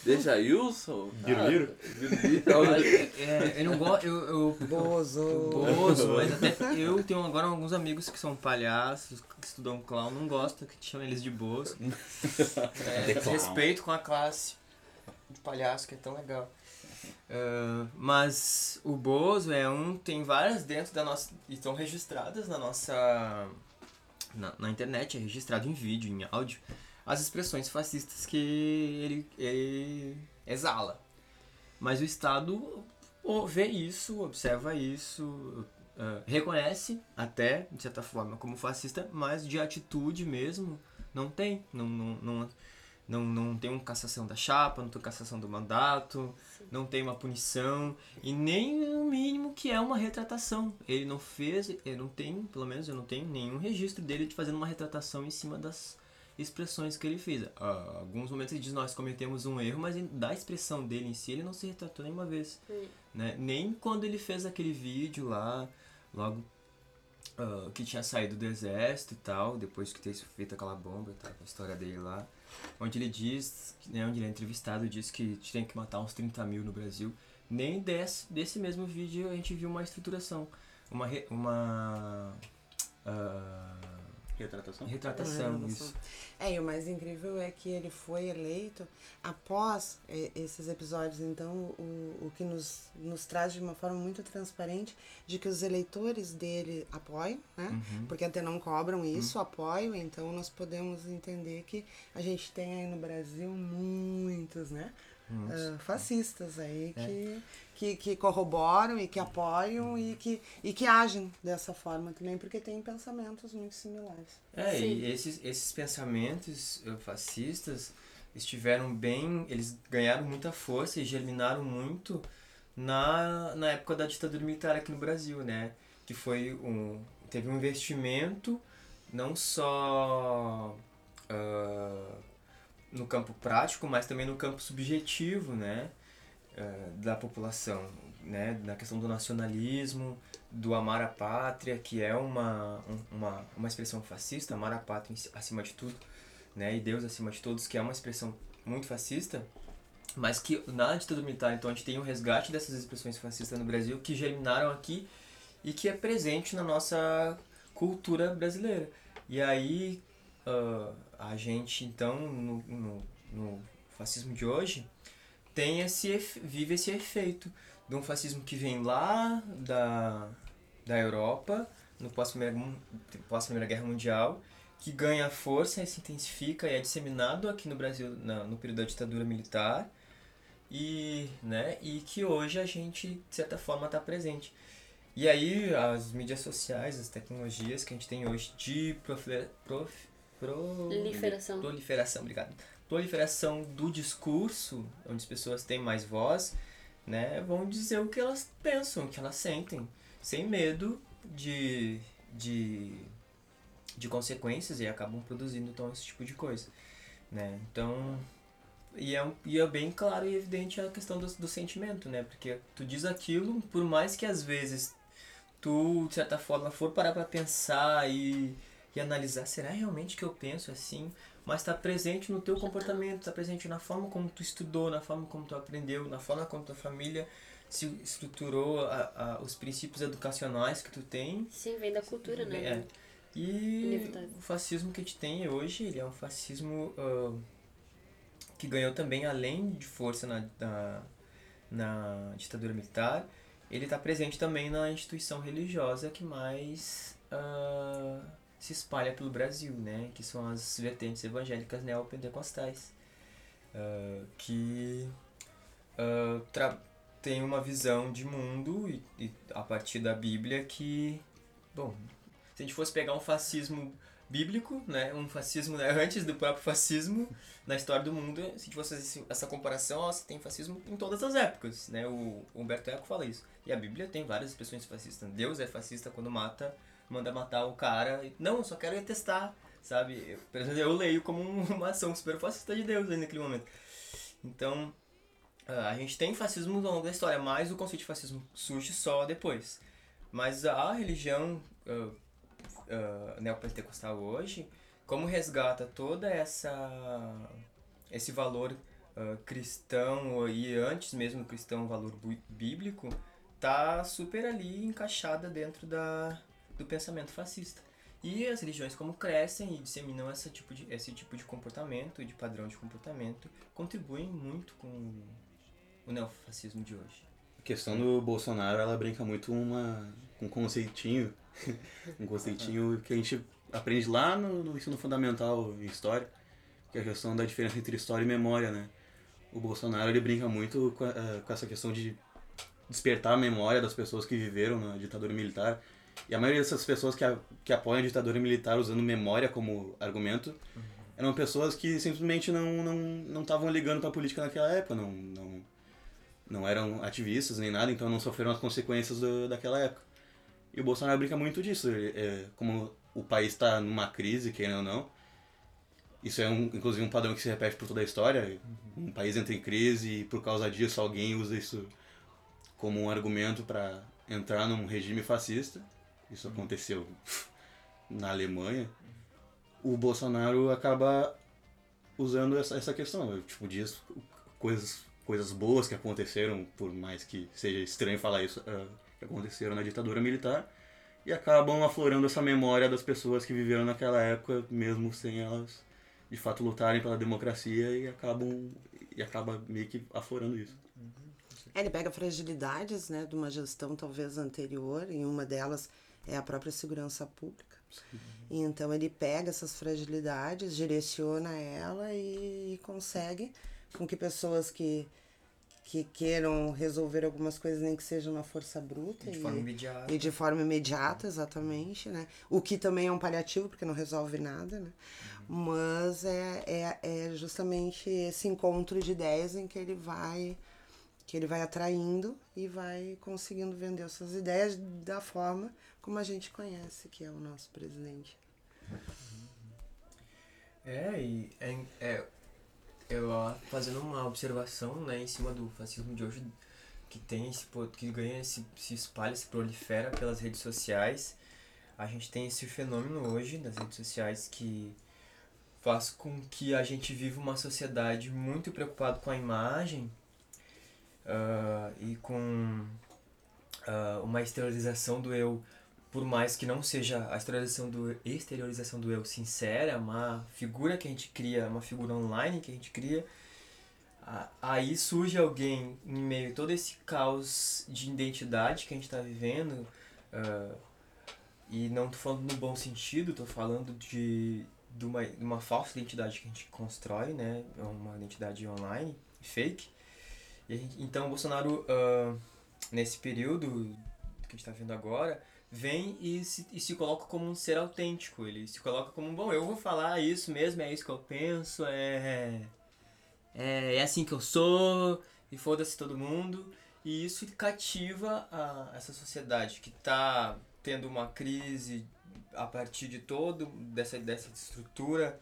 [SPEAKER 1] Dejailson?
[SPEAKER 2] Biruliro?
[SPEAKER 1] Olha,
[SPEAKER 4] É, eu não gosto. Eu, eu,
[SPEAKER 5] Bozo.
[SPEAKER 4] Bozo, mas até eu tenho agora alguns amigos que são palhaços, que estudam clown, não gosto que chamam eles de Bozo. É,
[SPEAKER 2] The clown.
[SPEAKER 4] respeito com a classe de palhaço, que é tão legal. Ah, mas o Bozo é um, tem várias dentro da nossa, e estão registradas na nossa, na, na internet, é registrado em vídeo, em áudio, as expressões fascistas que ele, ele exala. Mas o Estado o- vê isso, observa isso, ah, reconhece até, de certa forma, como fascista, mas de atitude mesmo não tem. Não, não, não, não, não tem uma cassação da chapa, não tem cassação do mandato, não tem uma punição e nem o mínimo que é uma retratação. Ele não fez, ele não tem, pelo menos eu não tenho nenhum registro dele de fazendo uma retratação em cima das expressões que ele fez. Ah, alguns momentos ele diz, nós cometemos um erro, mas da expressão dele em si ele não se retratou nenhuma vez.
[SPEAKER 3] Hum.
[SPEAKER 4] Né? Nem quando ele fez aquele vídeo lá, logo ah, que tinha saído do exército e tal, depois que ter feito aquela bomba e tal, a história dele lá, onde ele diz, né, onde ele é entrevistado, diz que tem que matar uns trinta mil no Brasil. Nem desse, desse mesmo vídeo a gente viu uma estruturação, uma, re- uma ah,
[SPEAKER 2] Retratação?
[SPEAKER 4] retratação,
[SPEAKER 5] Ah,
[SPEAKER 4] isso.
[SPEAKER 5] É, e o mais incrível é que ele foi eleito após eh, esses episódios. Então, o, o que nos, nos traz de uma forma muito transparente de que os eleitores dele apoiam, né?
[SPEAKER 4] Uhum.
[SPEAKER 5] Porque até não cobram isso, apoiam. Então, nós podemos entender que a gente tem aí no Brasil muitos, né? ah, fascistas aí que, que, que corroboram e que apoiam e que, e que agem dessa forma também, porque têm pensamentos muito similares.
[SPEAKER 4] É,
[SPEAKER 3] Sim.
[SPEAKER 4] e esses, esses pensamentos eh, fascistas estiveram bem, eles ganharam muita força e germinaram muito na, na época da ditadura militar aqui no Brasil, né? Que foi um, teve um investimento não só ah, no campo prático, mas também no campo subjetivo, né? ah, da população, né? Na questão do nacionalismo, do amar a pátria, que é uma, um- uma, uma expressão fascista, amar a pátria em si- acima de tudo, né? E Deus acima de todos, que é uma expressão muito fascista, mas que na ditadura militar, então, a gente tem um resgate dessas expressões fascistas no Brasil que germinaram aqui e que é presente na nossa cultura brasileira. E aí, ah, a gente, então, no, no, no fascismo de hoje, tem esse, efe- vive esse efeito de um fascismo que vem lá da, da Europa, no pós-primeira, Mun- pós-primeira Guerra Mundial, que ganha força e se intensifica e é disseminado aqui no Brasil na- no período da ditadura militar e, né, e que hoje a gente, de certa forma, está presente. E aí as mídias sociais, as tecnologias que a gente tem hoje de profile- prof- pro-
[SPEAKER 3] Proliferação.
[SPEAKER 4] proliferação, obrigado. Proliferação do discurso, onde as pessoas têm mais voz, né, vão dizer o que elas pensam, o que elas sentem, sem medo de, de, de consequências e acabam produzindo então esse tipo de coisa, né? Então, e é, um- e é bem claro e evidente a questão do, do sentimento, né? Porque tu diz aquilo, por mais que às vezes tu, de certa forma, for parar pra pensar e, e analisar, será realmente que eu penso assim? Mas está presente no teu comportamento, está presente na forma como tu estudou, na forma como tu aprendeu, na forma como tua família se estruturou, a, a, os princípios educacionais que tu tem.
[SPEAKER 3] Sim, vem da cultura, né?
[SPEAKER 4] É. E
[SPEAKER 3] Inevitável.
[SPEAKER 4] o fascismo que a gente tem hoje, ele é um fascismo ah, que ganhou também, além de força na, na, na ditadura militar, ele está presente também na instituição religiosa que mais ah, se espalha pelo Brasil, né? Que são as vertentes evangélicas neopentecostais, ah, que ah, tra- tem uma visão de mundo e, e a partir da Bíblia que, bom, se a gente fosse pegar um fascismo bíblico, né, um fascismo né, antes do próprio fascismo na história do mundo, se a gente fosse fazer esse- essa comparação, ó, você tem fascismo em todas as épocas, né? O Humberto Eco fala isso. E a Bíblia tem várias expressões fascistas. Deus é fascista quando mata, manda matar o cara. e, Não, eu só quero ir testar, sabe? Eu, por exemplo, eu leio como um- uma ação super fascista de Deus aí naquele momento. Então, ah, a gente tem fascismo ao longo da história, mas o conceito de fascismo surge só depois. Mas a religião ah, ah, neopentecostal hoje, como resgata toda essa esse valor uh, cristão e antes mesmo do cristão, valor bu- bíblico, tá super ali encaixada dentro da, do pensamento fascista. E as religiões, como crescem e disseminam esse tipo de, esse tipo de comportamento e de padrão de comportamento, contribuem muito com o neofascismo de hoje.
[SPEAKER 2] A questão do Bolsonaro, ela brinca muito uma, com um conceitinho, um conceitinho que a gente aprende lá no, no ensino fundamental em história, que é a questão da diferença entre história e memória, né? O Bolsonaro, ele brinca muito com, a, com essa questão de despertar a memória das pessoas que viveram na ditadura militar. E a maioria dessas pessoas que, a, que apoiam a ditadura militar usando memória como argumento, uhum. eram pessoas que simplesmente não não não estavam ligando para a política naquela época, não, não, não eram ativistas nem nada, então não sofreram as consequências do, daquela época. E o Bolsonaro brinca muito disso, é, como o país está numa crise, querendo ou não. Isso é, um, inclusive, um padrão que se repete por toda a história. Uhum. Um país entra em crise e, por causa disso, alguém usa isso como um argumento para entrar num regime fascista. Isso aconteceu na Alemanha. O Bolsonaro acaba usando essa, essa questão. Tipo, diz coisas, coisas boas que aconteceram, por mais que seja estranho falar isso, uh, que aconteceram na ditadura militar. E acabam aflorando essa memória das pessoas que viveram naquela época, mesmo sem elas, de fato, lutarem pela democracia, e acabam e acaba meio que aflorando isso.
[SPEAKER 5] É, ele pega fragilidades, né, de uma gestão talvez anterior, e uma delas é a própria segurança pública. Sim. E então ele pega essas fragilidades, direciona ela e, e consegue com que pessoas que, que queiram resolver algumas coisas, nem que seja na força bruta.
[SPEAKER 4] E de
[SPEAKER 5] e,
[SPEAKER 4] forma imediata.
[SPEAKER 5] E de forma imediata, exatamente, né? O que também é um paliativo, porque não resolve nada, né? Uhum. Mas é, é, é justamente esse encontro de ideias em que ele vai... que ele vai atraindo e vai conseguindo vender as suas ideias da forma como a gente conhece, que é o nosso presidente.
[SPEAKER 4] É, e é, é, eu fazendo uma observação, né, em cima do fascismo de hoje, que tem esse, que ganha, esse, se espalha, se prolifera pelas redes sociais. A gente tem esse fenômeno hoje nas redes sociais que faz com que a gente viva uma sociedade muito preocupada com a imagem, Uh, e com uh, uma exteriorização do eu, por mais que não seja a exteriorização do, exteriorização do eu sincera, uma figura que a gente cria, uma figura online que a gente cria, uh, aí surge alguém em meio a todo esse caos de identidade que a gente está vivendo, uh, e não estou falando no bom sentido, estou falando de, de, uma, de uma falsa identidade que a gente constrói, né, uma identidade online, fake. E a gente, então o Bolsonaro, uh, nesse período que a gente está vendo agora, vem e se, e se coloca como um ser autêntico. Ele se coloca como, bom, eu vou falar isso mesmo, é isso que eu penso, é, é, é assim que eu sou, e foda-se todo mundo. E isso cativa a, essa sociedade que está tendo uma crise a partir de todo, dessa, dessa estrutura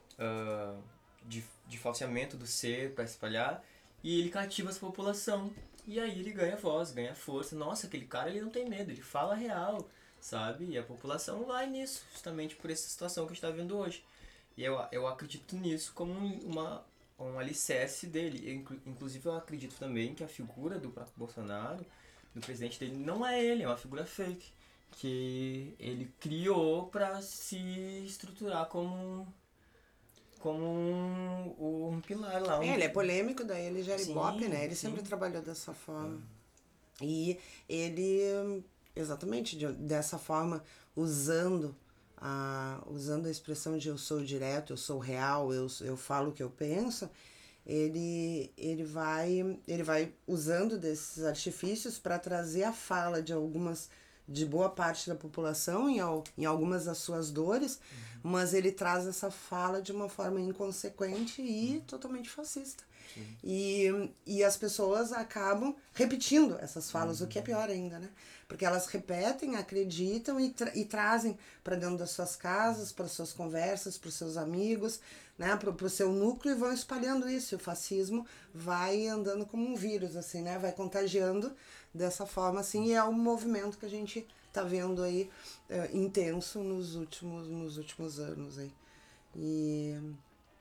[SPEAKER 4] uh, de, de falseamento do ser para espalhar. E ele cativa essa população. E aí ele ganha voz, ganha força. Nossa, aquele cara ele não tem medo, ele fala real, sabe? E a população vai nisso, justamente por essa situação que a gente está vendo hoje. E eu, eu acredito nisso como uma, um alicerce dele. Eu, inclusive eu acredito também que a figura do próprio Bolsonaro, do presidente dele, não é ele, é uma figura fake. Que ele criou para se estruturar como... como um, um pilar lá. Um...
[SPEAKER 5] É, ele é polêmico, daí ele gera ibope, né? Ele
[SPEAKER 4] sim.
[SPEAKER 5] sempre trabalhou dessa forma. É. E ele, exatamente, de, dessa forma, usando a, usando a expressão de eu sou direto, eu sou real, eu, eu falo o que eu penso, ele, ele, vai, ele vai usando desses artifícios para trazer a fala de algumas... de boa parte da população em, em algumas das suas dores, uhum. mas ele traz essa fala de uma forma inconsequente e uhum. totalmente fascista. E, e as pessoas acabam repetindo essas falas, uhum. o que é pior ainda, né? Porque elas repetem, acreditam e, tra- e trazem para dentro das suas casas, para suas conversas, para os seus amigos, né? Para o seu núcleo e vão espalhando isso. E o fascismo vai andando como um vírus, assim, né? Vai contagiando dessa forma, assim, e é um movimento que a gente tá vendo aí uh, intenso nos últimos, nos últimos anos aí. E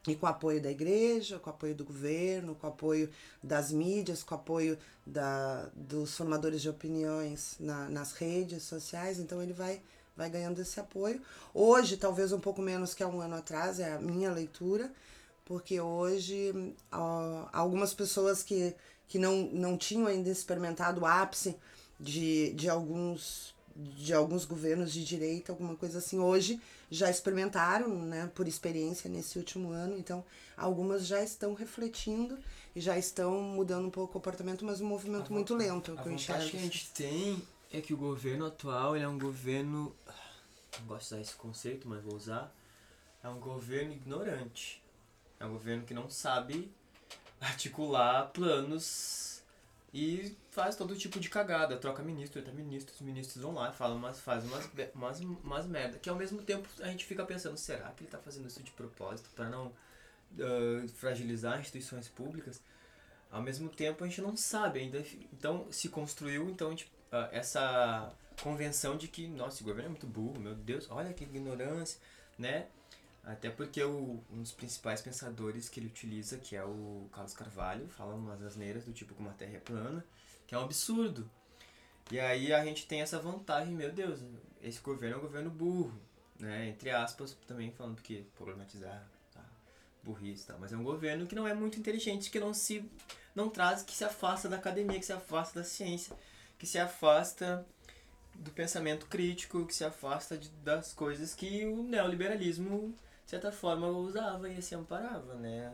[SPEAKER 5] E com o apoio da igreja, com o apoio do governo, com o apoio das mídias, com o apoio da, dos formadores de opiniões na, nas redes sociais. Então ele vai, vai ganhando esse apoio. Hoje, talvez um pouco menos que há um ano atrás, é a minha leitura, porque hoje ó, algumas pessoas que, que não, não tinham ainda experimentado o ápice de, de alguns... de alguns governos de direita, alguma coisa assim, hoje já experimentaram, né, por experiência nesse último ano, então algumas já estão refletindo e já estão mudando um pouco o comportamento, mas um movimento
[SPEAKER 4] A
[SPEAKER 5] muito
[SPEAKER 4] vo-
[SPEAKER 5] lento,
[SPEAKER 4] A
[SPEAKER 5] que eu
[SPEAKER 4] vantagem
[SPEAKER 5] enxergo.
[SPEAKER 4] que a gente tem é que o governo atual ele é um governo, não gosto de usar esse conceito, mas vou usar, é um governo ignorante, é um governo que não sabe articular planos e faz todo tipo de cagada, troca ministro, entra ministro, os ministros vão lá e falam, mas faz umas, be- umas, umas merda, que ao mesmo tempo a gente fica pensando, será que ele tá fazendo isso de propósito para não uh, fragilizar instituições públicas? Ao mesmo tempo a gente não sabe ainda, então se construiu então a gente, uh, essa convenção de que, nossa, esse governo é muito burro, meu Deus, olha que ignorância, né? Até porque o, um dos principais pensadores que ele utiliza, que é o Carlos Carvalho, fala umas asneiras do tipo como a Terra é plana, que é um absurdo. E aí a gente tem essa vantagem, meu Deus, esse governo é um governo burro, né? Entre aspas, também falando porque problematizar, tá? Burrice e tal. Mas é um governo que não é muito inteligente, que não se não traz, que se afasta da academia, que se afasta da ciência, que se afasta do pensamento crítico, que se afasta de, das coisas que o neoliberalismo de certa forma usava e se amparava, né?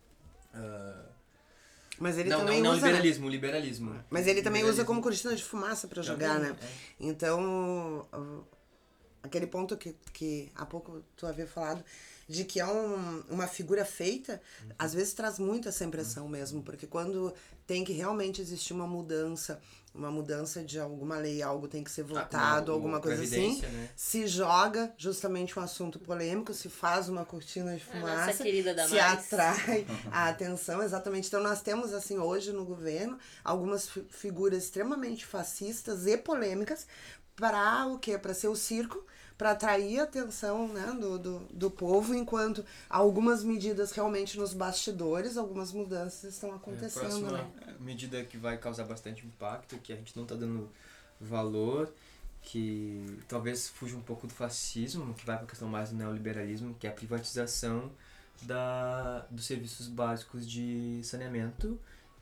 [SPEAKER 4] Uh,
[SPEAKER 5] Mas ele
[SPEAKER 4] não,
[SPEAKER 5] também
[SPEAKER 4] não, não
[SPEAKER 5] usa, né?
[SPEAKER 4] liberalismo, liberalismo.
[SPEAKER 5] Mas ele também usa como
[SPEAKER 4] Liberalismo
[SPEAKER 5] cortina de fumaça para jogar,
[SPEAKER 4] também,
[SPEAKER 5] né?
[SPEAKER 4] é.
[SPEAKER 5] Então, uh, aquele ponto que, que há pouco tu havia falado, de que é um, uma figura feita,
[SPEAKER 4] Uhum.
[SPEAKER 5] às vezes traz muito essa impressão mesmo, porque quando tem que realmente existir uma mudança, uma mudança de alguma lei, algo tem que ser
[SPEAKER 4] Ah, como
[SPEAKER 5] votado,
[SPEAKER 4] a- o
[SPEAKER 5] alguma coisa assim,
[SPEAKER 4] Previdência, né?
[SPEAKER 5] se joga justamente um assunto polêmico, se faz uma cortina de
[SPEAKER 3] A nossa
[SPEAKER 5] fumaça,
[SPEAKER 3] querida
[SPEAKER 5] se
[SPEAKER 3] Damares.
[SPEAKER 5] atrai a atenção, exatamente. Então nós temos, assim, hoje no governo, algumas fi- figuras extremamente fascistas e polêmicas para o quê? Para ser o circo, para atrair a atenção, né, do, do, do povo, enquanto algumas medidas realmente nos bastidores, algumas mudanças estão
[SPEAKER 4] É, a
[SPEAKER 5] acontecendo,
[SPEAKER 4] próxima
[SPEAKER 5] né?
[SPEAKER 4] medida que vai causar bastante impacto, que a gente não está dando valor, que talvez fuja um pouco do fascismo, que vai para a questão mais do neoliberalismo, que é a privatização da, dos serviços básicos de saneamento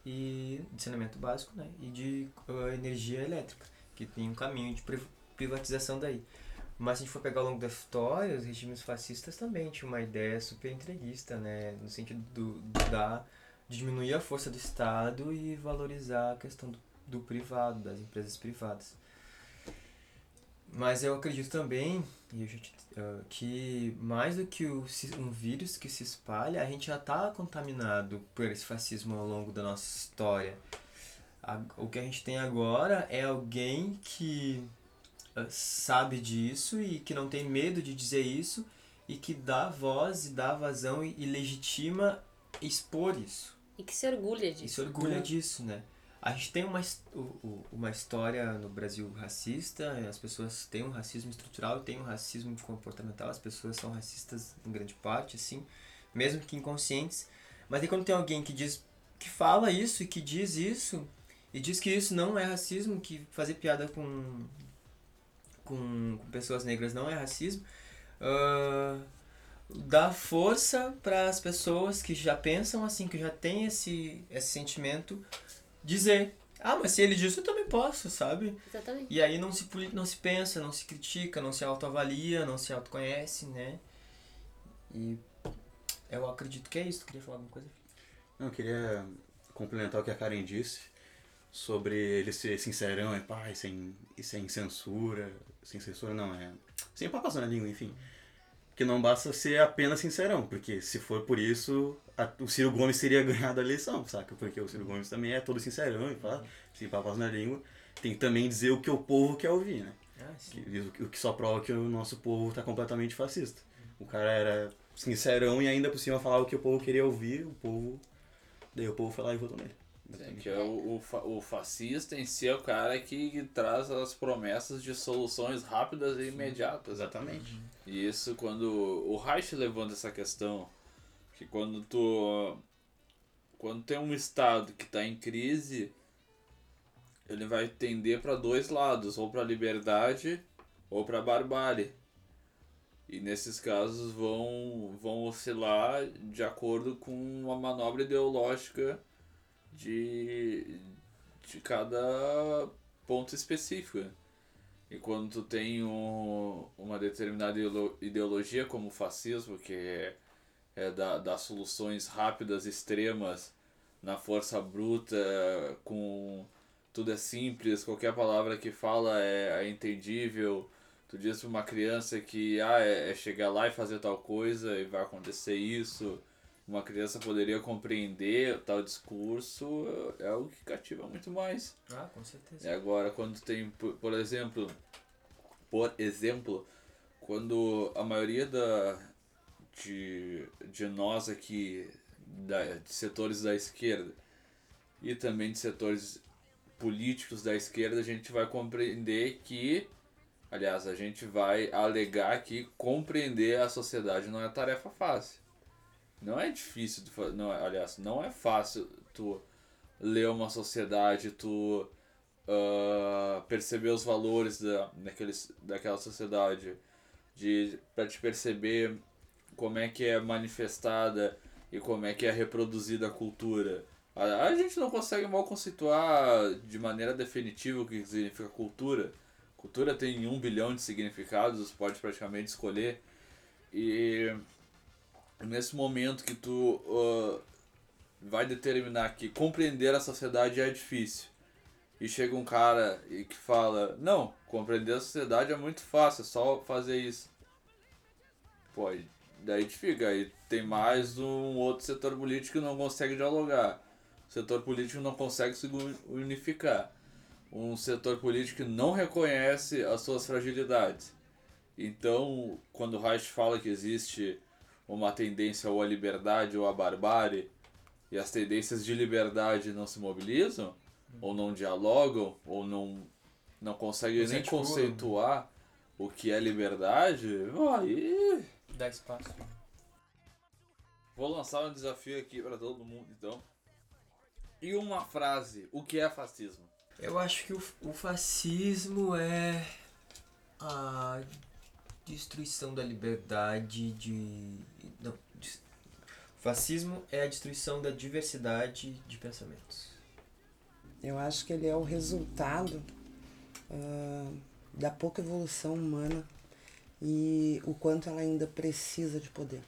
[SPEAKER 4] e de saneamento básico, né, e de uh, energia elétrica, que tem um caminho de pri- privatização daí. Mas se a gente for pegar ao longo da história, os regimes fascistas também tinham uma ideia super entreguista, né, no sentido do, do da de diminuir a força do Estado e valorizar a questão do, do privado, das empresas privadas. Mas eu acredito também, e a gente, uh, que mais do que o, ci- um vírus que se espalha, a gente já está contaminado por esse fascismo ao longo da nossa história. A, o que a gente tem agora é alguém que uh, sabe disso e que não tem medo de dizer isso e que dá voz e dá vazão e, e legitima expor isso.
[SPEAKER 3] E que se orgulha
[SPEAKER 4] E
[SPEAKER 3] disso.
[SPEAKER 4] se orgulha disso, né? A gente tem uma, his- o- o- uma história no Brasil racista, as pessoas têm um racismo estrutural e tem um racismo comportamental, as pessoas são racistas em grande parte, assim, mesmo que inconscientes. Mas aí quando tem alguém que diz, que fala isso e que diz isso, e diz que isso não é racismo, que fazer piada com, com, com pessoas negras não é racismo, ah, dá força para as pessoas que já pensam assim, que já têm esse, esse sentimento, dizer, ah, mas se ele diz, eu também posso, sabe?
[SPEAKER 3] Exatamente.
[SPEAKER 4] E aí não se, poli- não se pensa, não se critica, não se autoavalia, não se autoconhece, né? E eu acredito que é isso. Tu queria falar alguma coisa?
[SPEAKER 2] Não, eu queria complementar o que a Karen disse sobre ele ser sincerão, é pá, e sem, e sem censura, sem censura não, é sem papas na língua, enfim. Que não basta ser apenas sincerão, porque se for por isso, a, o Ciro Gomes teria ganhado a eleição, saca? Porque o Ciro Gomes também é todo sincerão e fala, sem papas na língua, tem que também dizer o que o povo quer ouvir, né?
[SPEAKER 4] Ah, sim.
[SPEAKER 2] Que, o que só prova que o nosso povo tá completamente fascista. O cara era sincerão e ainda por cima falava o que o povo queria ouvir, o povo... Daí o povo foi lá e votou nele.
[SPEAKER 1] Sim, que é o, o, fa- o fascista em si é o cara que traz as promessas de soluções rápidas e imediatas.
[SPEAKER 2] Exatamente.
[SPEAKER 1] E isso quando o Reich levanta essa questão, Que quando tu... Quando tem um Estado que está em crise, ele vai tender para dois lados, ou para a liberdade ou para a barbárie. E nesses casos vão, vão oscilar de acordo com uma manobra ideológica de, de cada ponto específico. E quando tu tem um, uma determinada ideologia como o fascismo, que é, é da, das soluções rápidas, extremas, na força bruta, com tudo é simples, qualquer palavra que fala é, é entendível. Tu diz pra uma criança que ah, é, é chegar lá e fazer tal coisa e vai acontecer isso. Uma criança poderia compreender tal discurso, é algo que cativa muito mais.
[SPEAKER 4] Ah, com certeza.
[SPEAKER 1] E agora, quando tem, por, por exemplo, por exemplo, quando a maioria da, de, de nós aqui, da, de setores da esquerda e também de setores políticos da esquerda, a gente vai compreender que, aliás, a gente vai alegar que compreender a sociedade não é tarefa fácil. Não é difícil, tu, não, aliás, não é fácil tu ler uma sociedade, tu uh, perceber os valores da, daqueles, daquela sociedade, de, pra te perceber como é que é manifestada e como é que é reproduzida a cultura. A, a gente não consegue mal conceituar de maneira definitiva o que significa cultura. Cultura tem um bilhão de significados, pode praticamente escolher. E nesse momento que tu uh, vai determinar que compreender a sociedade é difícil, e chega um cara e que fala, não, compreender a sociedade é muito fácil, é só fazer isso. Pô, daí te fica, aí tem mais um outro setor político que não consegue dialogar. O setor político não consegue se unificar. Um setor político que não reconhece as suas fragilidades. Então, quando o Reich fala que existe uma tendência ou à liberdade ou à barbárie, e as tendências de liberdade não se mobilizam, ou não dialogam, ou não, não conseguem nem conceituar o que é liberdade, aí...
[SPEAKER 4] Dá espaço.
[SPEAKER 1] Vou lançar um desafio aqui para todo mundo, então. E uma frase, o que é fascismo?
[SPEAKER 4] Eu acho que o, o fascismo é a destruição da liberdade de... Não, des- fascismo é a destruição da diversidade de pensamentos.
[SPEAKER 5] Eu acho que ele é o resultado ah, da pouca evolução humana e o quanto ela ainda precisa de poder.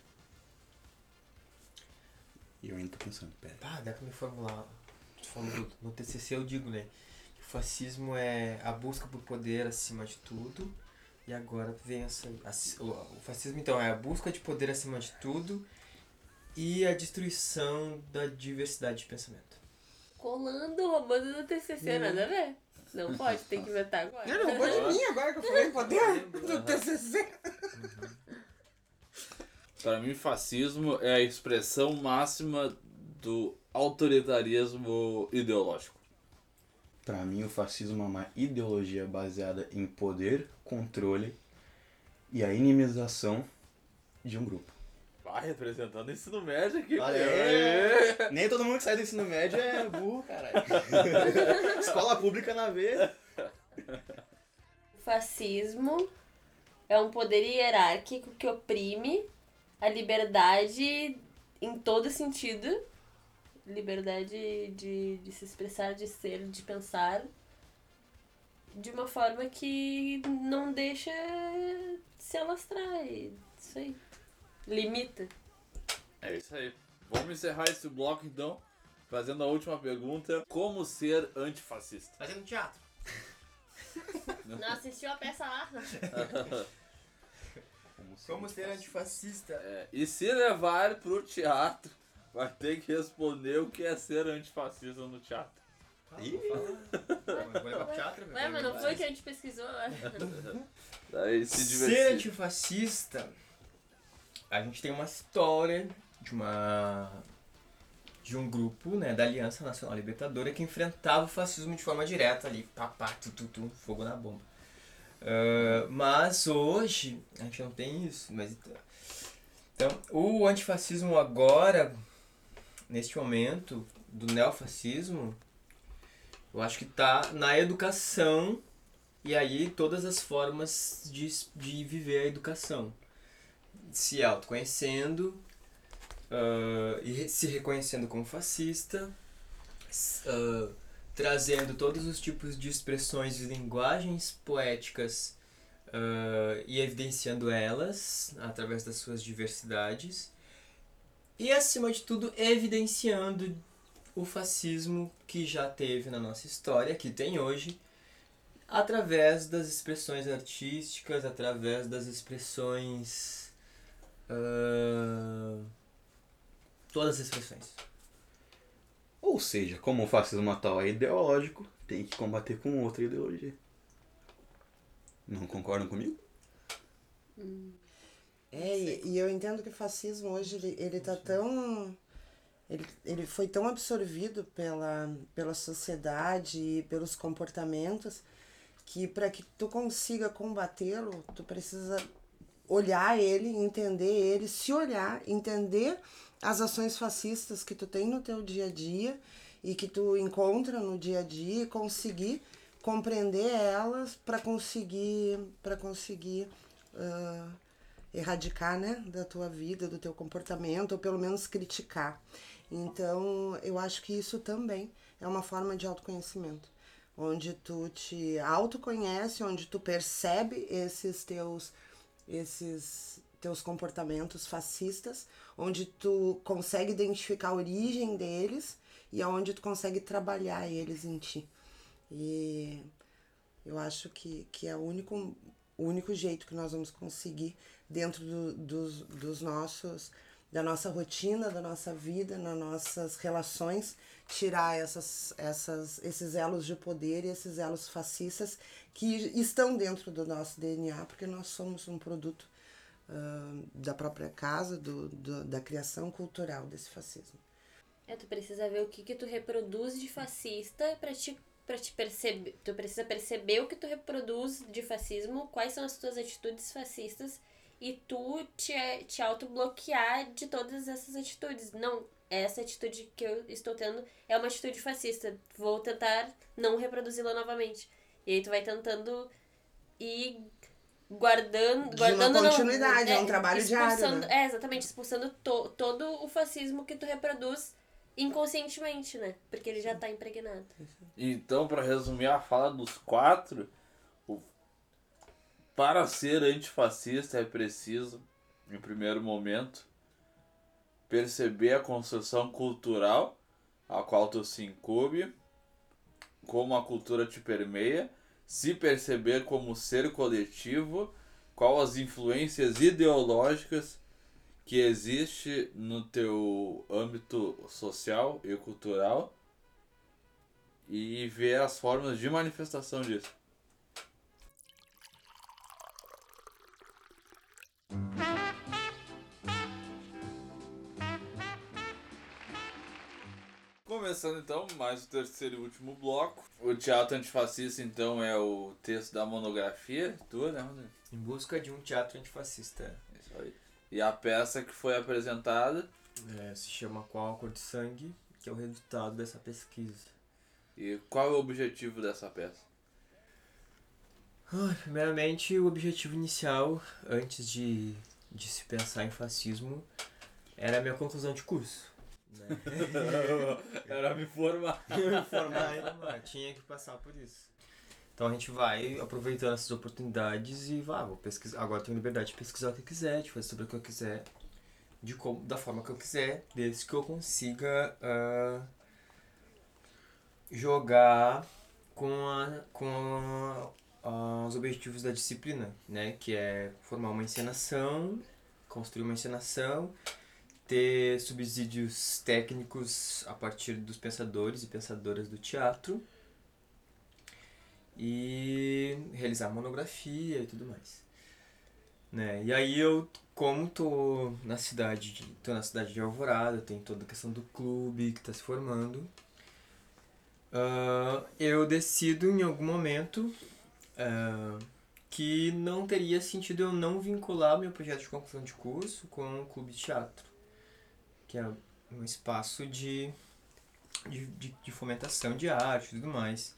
[SPEAKER 2] E eu ainda tô pensando, pera.
[SPEAKER 4] Ah, dá pra me formular. Tu falou do- no T C C eu digo, né? Que o fascismo é a busca por poder acima de tudo. E agora vem essa... a- o, o fascismo, então, é a busca de poder acima de tudo e a destruição da diversidade de pensamento.
[SPEAKER 3] Colando, roubando do T C C, nada a ver. Não pode, tem que inventar agora.
[SPEAKER 5] Não, não, pode mim agora que eu falei poder do T C C.
[SPEAKER 1] Para mim, fascismo é a expressão máxima do autoritarismo ideológico.
[SPEAKER 2] Pra mim, o fascismo é uma ideologia baseada em poder, controle e a inimização de um grupo.
[SPEAKER 1] Vai representando o ensino médio aqui.
[SPEAKER 2] Olha
[SPEAKER 1] meu.
[SPEAKER 2] aí. Nem todo mundo que sai do ensino médio é burro, caralho. Escola pública na veia.
[SPEAKER 3] O fascismo é um poder hierárquico que oprime a liberdade em todo sentido. Liberdade de, de se expressar, de ser, de pensar. De uma forma que não deixa se alastrar. e Isso aí. Limita.
[SPEAKER 1] É isso aí. Vamos encerrar esse bloco então, fazendo a última pergunta. Como ser antifascista?
[SPEAKER 4] Fazendo teatro.
[SPEAKER 3] Não assistiu a peça lá?
[SPEAKER 4] Como ser antifascista?
[SPEAKER 1] É, e se levar pro teatro, vai ter que responder o que é ser antifascista no teatro.
[SPEAKER 2] Ih.
[SPEAKER 4] Vou levar pro teatro?
[SPEAKER 3] Ué, mas não foi que a gente pesquisou, né?
[SPEAKER 1] Daí se
[SPEAKER 4] Ser
[SPEAKER 1] divertir.
[SPEAKER 4] antifascista, a gente tem uma história de uma de um grupo, né, da Aliança Nacional Libertadora que enfrentava o fascismo de forma direta ali, papá, tu, tu, tu, fogo na bomba. Uh, mas hoje a gente não tem isso, mas então, Então, o antifascismo agora, neste momento, do neofascismo, eu acho que está na educação e aí todas as formas de, de viver a educação. Se autoconhecendo uh, e se reconhecendo como fascista, uh, trazendo todos os tipos de expressões e linguagens poéticas uh, e evidenciando elas através das suas diversidades e, acima de tudo, evidenciando o fascismo que já teve na nossa história, que tem hoje, através das expressões artísticas, através das expressões... Uh, todas as expressões.
[SPEAKER 2] Ou seja, como o fascismo atual é ideológico, tem que combater com outra ideologia. Não concordam comigo?
[SPEAKER 5] É, e, e eu entendo que o fascismo hoje, ele, ele tá tão... Ele, ele foi tão absorvido pela, pela sociedade e pelos comportamentos que para que tu consiga combatê-lo, tu precisa olhar ele, entender ele, se olhar, entender as ações fascistas que tu tem no teu dia a dia e que tu encontra no dia a dia e conseguir compreender elas para conseguir, para conseguir uh, erradicar, né, da tua vida, do teu comportamento, ou pelo menos criticar. Então, eu acho que isso também é uma forma de autoconhecimento, onde tu te autoconhece, onde tu percebe esses teus, esses teus comportamentos fascistas, onde tu consegue identificar a origem deles e aonde tu consegue trabalhar eles em ti. E eu acho que, que é o único, o único jeito que nós vamos conseguir dentro do, dos, dos nossos... da nossa rotina, da nossa vida, nas nossas relações, tirar essas, essas, esses elos de poder e esses elos fascistas que estão dentro do nosso D N A, porque nós somos um produto uh, da própria casa, do, do, da criação cultural desse fascismo.
[SPEAKER 3] É, tu precisa ver o que que tu reproduz de fascista pra te, pra te perceber. Tu precisa perceber o que tu reproduz de fascismo, quais são as tuas atitudes fascistas, e tu te, te autobloquear de todas essas atitudes. Não, essa atitude que eu estou tendo é uma atitude fascista. Vou tentar não reproduzi-la novamente. E aí tu vai tentando ir guardando...
[SPEAKER 5] De
[SPEAKER 3] guardando
[SPEAKER 5] uma continuidade,
[SPEAKER 3] não,
[SPEAKER 5] é um trabalho diário, né?
[SPEAKER 3] É, exatamente, expulsando to, todo o fascismo que tu reproduz inconscientemente, né? Porque ele já tá impregnado.
[SPEAKER 1] Então, para resumir a fala dos quatro, o... para ser antifascista é preciso, em primeiro momento, perceber a construção cultural a qual tu se incube, como a cultura te permeia, se perceber como ser coletivo, qual as influências ideológicas que existe no teu âmbito social e cultural e ver as formas de manifestação disso. Começando então mais o terceiro e último bloco. O teatro antifascista então é o texto da monografia tua, né, Rodrigo?
[SPEAKER 4] Em busca de um teatro antifascista.
[SPEAKER 1] Isso aí. E a peça que foi apresentada
[SPEAKER 4] É, se chama Qual a Cor do Sangue, que é o resultado dessa pesquisa.
[SPEAKER 1] e qual é o objetivo dessa peça?
[SPEAKER 4] Ah, primeiramente, o objetivo inicial, antes de, de se pensar em fascismo, era a minha conclusão de curso. Né?
[SPEAKER 1] Era me formar.
[SPEAKER 4] Me formar, ah, tinha que passar por isso. Então a gente vai aproveitando essas oportunidades e vai, vou pesquisar. Agora eu tenho liberdade de pesquisar o que eu quiser, de fazer sobre o que eu quiser, de como, da forma que eu quiser, desde que eu consiga uh, jogar com, a, com a, os objetivos da disciplina, né? Que é formar uma encenação, construir uma encenação, ter subsídios técnicos a partir dos pensadores e pensadoras do teatro e realizar monografia e tudo mais, né? E aí eu, como tô na cidade de, tô na cidade de Alvorada, tem toda a questão do clube que está se formando, uh, eu decido em algum momento uh, que não teria sentido eu não vincular meu projeto de conclusão de curso com o Clube de Teatro, que é um espaço de, de, de, de fomentação de arte e tudo mais.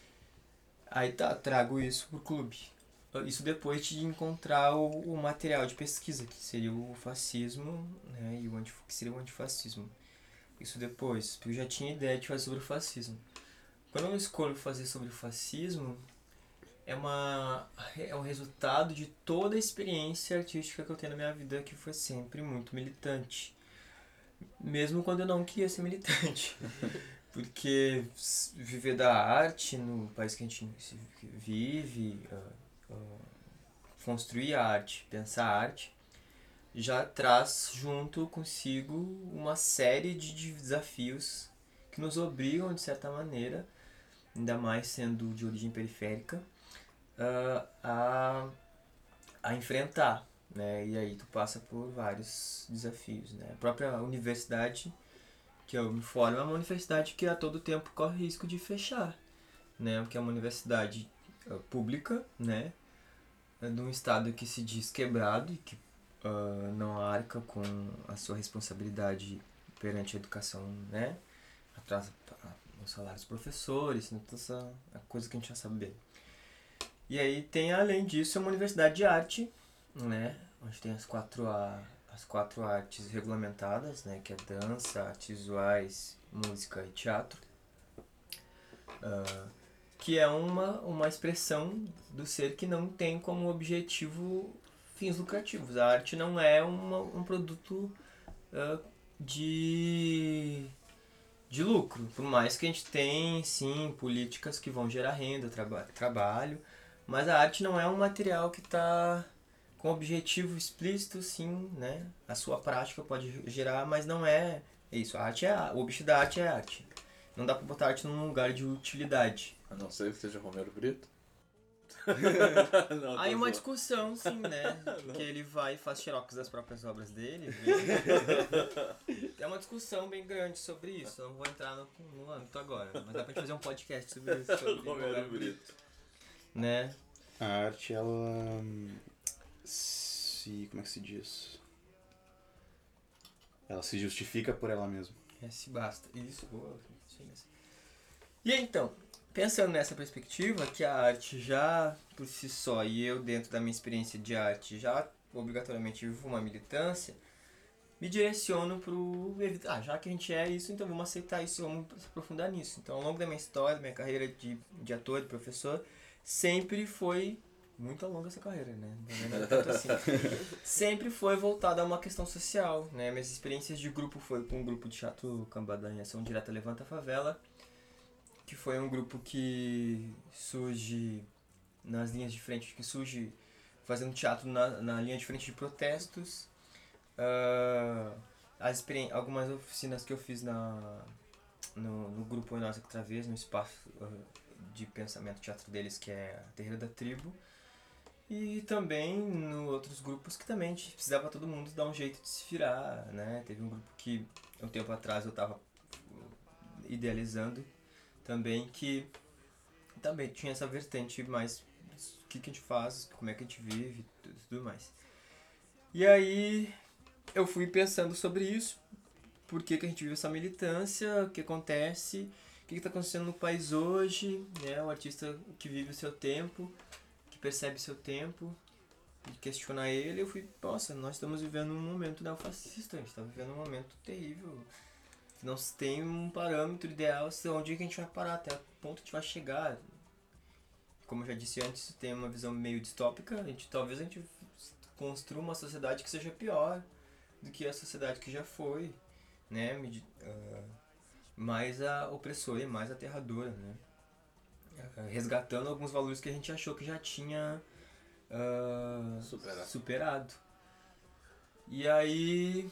[SPEAKER 4] Aí tá, trago isso pro clube. Isso depois de encontrar o, o material de pesquisa, que seria o fascismo, né, e o anti, que seria o antifascismo. Isso depois, porque eu já tinha ideia de fazer sobre o fascismo. Quando eu escolho fazer sobre o fascismo, é, uma, é um resultado de toda a experiência artística que eu tenho na minha vida, que foi sempre muito militante. Mesmo quando eu não queria ser militante. Porque viver da arte no país que a gente vive, uh, uh, construir a arte, pensar a arte, já traz junto consigo uma série de desafios que nos obrigam, de certa maneira, ainda mais sendo de origem periférica, uh, a, a enfrentar, né? E aí tu passa por vários desafios, né? A própria universidade que eu me formo é uma universidade que a todo tempo corre risco de fechar, né? Porque é uma universidade uh, pública, né? É de um estado que se diz quebrado e que uh, não arca com a sua responsabilidade perante a educação, né? Atrasa os salários dos professores, né? Toda essa coisa que a gente já sabe bem. E aí tem, além disso, uma universidade de arte, né? Onde tem as quatro a as quatro artes regulamentadas, né, que é dança, artes visuais, música e teatro, uh, que é uma, uma expressão do ser que não tem como objetivo fins lucrativos. A arte não é uma, um produto uh, de, de lucro, por mais que a gente tenha, sim, políticas que vão gerar renda, traba- trabalho, mas a arte não é um material que está com objetivo explícito, sim, né? A sua prática pode gerar, mas não é isso. A arte é a, o objetivo da arte é a arte. Não dá pra botar arte num lugar de utilidade.
[SPEAKER 1] A não ser que seja Romero Brito. Não,
[SPEAKER 4] Aí é
[SPEAKER 1] tô
[SPEAKER 4] uma
[SPEAKER 1] zoando.
[SPEAKER 4] discussão, sim, né? Porque ele vai e faz xerox das próprias obras dele. É uma discussão bem grande sobre isso. Eu não vou entrar no, no âmbito agora. Mas dá pra gente fazer um podcast sobre isso. Sobre
[SPEAKER 1] Romero Brito.
[SPEAKER 4] né?
[SPEAKER 2] A arte, ela se... como é que se diz? Ela se justifica por ela mesma.
[SPEAKER 4] É, se basta. Isso, boa. Isso mesmo. E aí, então, pensando nessa perspectiva, que a arte já por si só, e eu dentro da minha experiência de arte, já obrigatoriamente vivo uma militância, me direciono pro... Ah, já que a gente é isso, então vamos aceitar isso e vamos se aprofundar nisso. Então, ao longo da minha história, da minha carreira de, de ator, de professor, sempre foi... Muito longa essa carreira, né? Não é tanto assim. Sempre foi voltada a uma questão social, né? Minhas experiências de grupo foi com o grupo de teatro Cambada em Ação Direta Levanta a Favela, que foi um grupo que surge nas linhas de frente, que surge fazendo teatro na, na linha de frente de protestos. Uh, as algumas oficinas que eu fiz na, no, no grupo Nossa Outra Vez, no espaço uh, de pensamento teatro deles, que é a Terreira da Tribo. E também em outros grupos que também a gente precisava todo mundo dar um jeito de se virar, né? Teve um grupo que um tempo atrás eu estava idealizando também, que também tinha essa vertente mais o que, que a gente faz, como é que a gente vive e tudo mais. E aí eu fui pensando sobre isso, por que, que a gente vive essa militância, o que acontece, o que está acontecendo no país hoje, né? O artista que vive o seu tempo, percebe seu tempo e questionar ele, eu fui, nossa, nós estamos vivendo um momento neofascista, a gente está vivendo um momento terrível. Não se tem um parâmetro ideal onde que a gente vai parar, até o ponto que a gente vai chegar. Como eu já disse antes, tem uma visão meio distópica, a gente, talvez a gente construa uma sociedade que seja pior do que a sociedade que já foi, né? Uh, mais a opressora e mais aterradora, né? Resgatando alguns valores que a gente achou que já tinha uh,
[SPEAKER 1] Superado.
[SPEAKER 4] superado. E aí,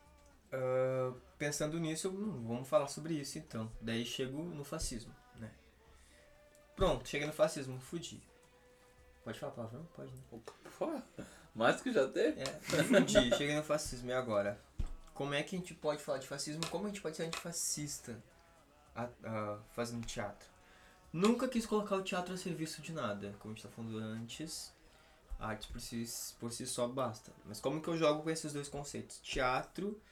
[SPEAKER 4] uh, pensando nisso, eu, hum, vamos falar sobre isso então. Daí chego no fascismo, né? Pronto, cheguei no fascismo, fudi. Pode falar palavrão? Pode, né?
[SPEAKER 1] Pô, mais do que já teve?
[SPEAKER 4] É, fudi, cheguei no fascismo. E agora? Como é que a gente pode falar de fascismo? Como a gente pode ser antifascista a, a, fazendo teatro? Nunca quis colocar o teatro a serviço de nada, como a gente tá falando antes. A arte por si, por si só basta. Mas como que eu jogo com esses dois conceitos? Teatro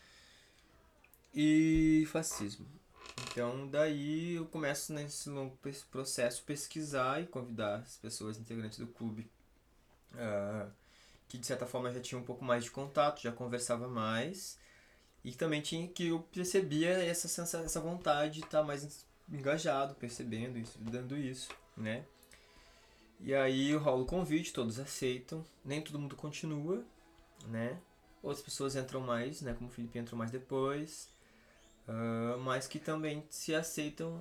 [SPEAKER 4] e fascismo. Então daí eu começo nesse longo processo pesquisar e convidar as pessoas integrantes do clube uh, que de certa forma já tinham um pouco mais de contato, já conversava mais e também tinha que eu percebia essa, sensação, essa vontade de estar mais engajado, percebendo isso, dando isso, né? E aí rola o convite, todos aceitam, nem todo mundo continua, né? Outras pessoas entram mais, né? Como o Felipe entrou mais depois. Uh, mas que também se aceitam.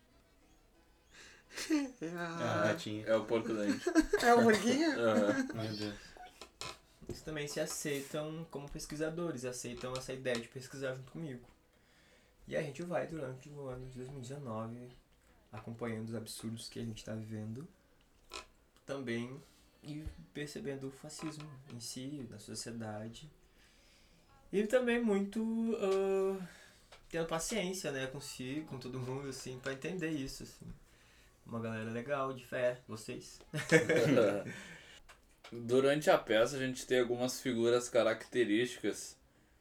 [SPEAKER 2] Ah, tinha.
[SPEAKER 1] É o porco dente.
[SPEAKER 5] É o porquinho?
[SPEAKER 1] Aham.
[SPEAKER 2] Meu Deus.
[SPEAKER 4] Eles também se aceitam como pesquisadores, aceitam essa ideia de pesquisar junto comigo. E a gente vai durante o ano de dois mil e dezenove acompanhando os absurdos que a gente está vivendo também e percebendo o fascismo em si, na sociedade. E também muito. Uh, tendo paciência, né, consigo, com todo mundo, assim, pra entender isso, assim. Uma galera legal, de fé, vocês.
[SPEAKER 1] Durante a peça a gente tem algumas figuras características.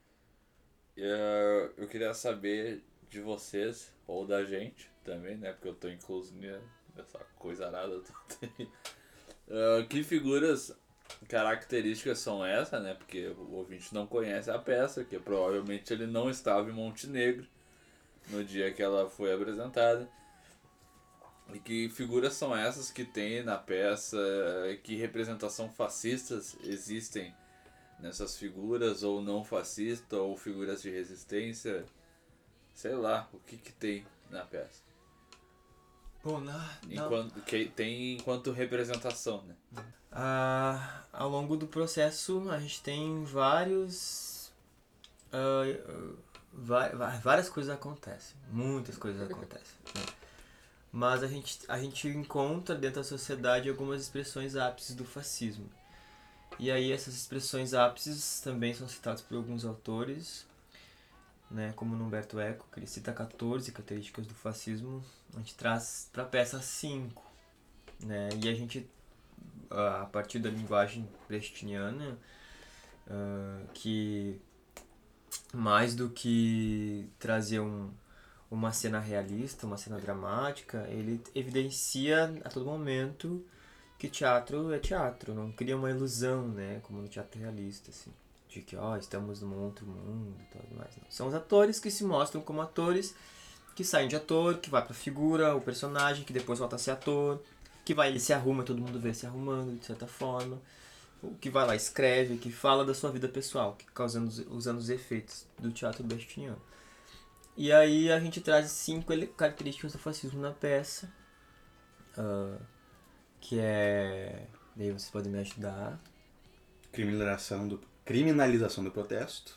[SPEAKER 1] Eu, eu queria saber de vocês, ou da gente também, né, porque eu tô incluso nessa coisa arada toda. Uh, que figuras características são essas, né? Porque o ouvinte não conhece a peça, que provavelmente ele não estava em Montenegro no dia que ela foi apresentada. E que figuras são essas que tem na peça, que representação fascistas existem nessas figuras, ou não fascista, ou figuras de resistência, sei lá, o que que tem na peça.
[SPEAKER 4] Bom, na,
[SPEAKER 1] enquanto, que tem enquanto representação, né?
[SPEAKER 4] Ah, ao longo do processo a gente tem vários uh, uh, várias coisas acontecem, muitas coisas acontecem, né? Mas a gente, a gente encontra dentro da sociedade algumas expressões ápices do fascismo, e aí essas expressões ápices também são citadas por alguns autores, né, como no Humberto Eco, que ele cita quatorze características do fascismo. A gente traz para a peça cinco, né, e a gente, a partir da linguagem brechtiniana, uh, que mais do que trazer um, uma cena realista, uma cena dramática, ele evidencia a todo momento que teatro é teatro, não cria uma ilusão, né, como no teatro realista, assim, de que ó, estamos num outro mundo e tudo mais. Não. São os atores que se mostram como atores, que saem de ator, que vai pra figura, o personagem, que depois volta a ser ator, que vai, ele se arruma, todo mundo vê se arrumando, de certa forma, o que vai lá, escreve, que fala da sua vida pessoal, que causando, usando os efeitos do teatro brechtiniano. E aí a gente traz cinco características do fascismo na peça, uh, que é... Daí vocês podem me ajudar.
[SPEAKER 2] Criminalização do, criminalização do protesto.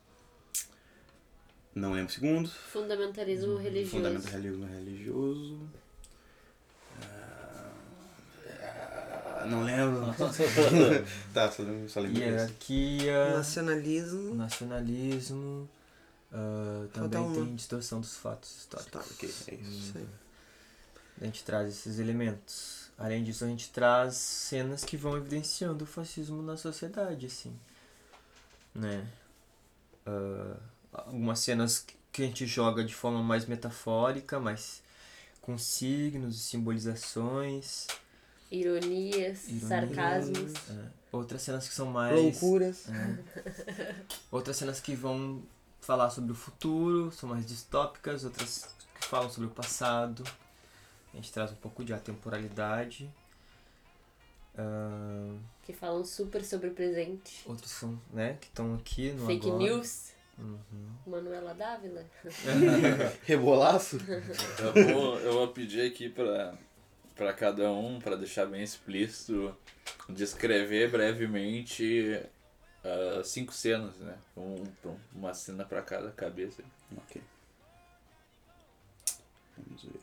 [SPEAKER 2] Não lembro o segundo.
[SPEAKER 3] Fundamentalismo hum, religioso.
[SPEAKER 2] Fundamentalismo religioso. Ah, não lembro. Tá, só lembro, só lembro
[SPEAKER 4] Hierarquia.
[SPEAKER 5] Nacionalismo.
[SPEAKER 4] Nacionalismo. Uh, também
[SPEAKER 5] uma.
[SPEAKER 4] tem distorção dos fatos históricos.
[SPEAKER 2] Ok, é isso.
[SPEAKER 4] Hum. A gente traz esses elementos. Além disso, a gente traz cenas que vão evidenciando o fascismo na sociedade, assim, né? Uh, algumas cenas que a gente joga de forma mais metafórica, mais com signos e simbolizações.
[SPEAKER 3] Ironias,
[SPEAKER 4] Ironias,
[SPEAKER 3] sarcasmos.
[SPEAKER 4] É. Outras cenas que são mais...
[SPEAKER 5] Loucuras.
[SPEAKER 4] É. Outras cenas que vão falar sobre o futuro, são mais distópicas. Outras que falam sobre o passado. A gente traz um pouco de atemporalidade. Uh,
[SPEAKER 3] que falam super sobre o presente.
[SPEAKER 4] Outros são, né, que estão aqui no
[SPEAKER 3] Fake
[SPEAKER 4] agora.
[SPEAKER 3] news.
[SPEAKER 4] Uhum.
[SPEAKER 3] Manuela Dávila.
[SPEAKER 2] Rebolaço?
[SPEAKER 1] Eu vou, eu vou pedir aqui pra, pra cada um, pra deixar bem explícito, descrever brevemente uh, cinco cenas, né? Um, uma cena pra cada cabeça.
[SPEAKER 2] Ok. Vamos ver.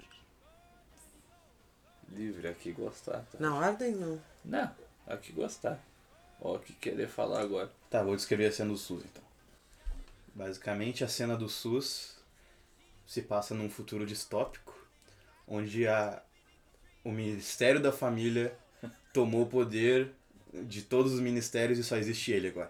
[SPEAKER 1] Livre, aqui gostar. Tá?
[SPEAKER 5] Na ordem, não?
[SPEAKER 1] Não, aqui gostar. Ó, o que querer falar agora.
[SPEAKER 2] Tá, vou descrever a cena do SUS então. Basicamente, a cena do SUS se passa num futuro distópico, onde a, o Ministério da Família tomou o poder de todos os ministérios e só existe ele agora.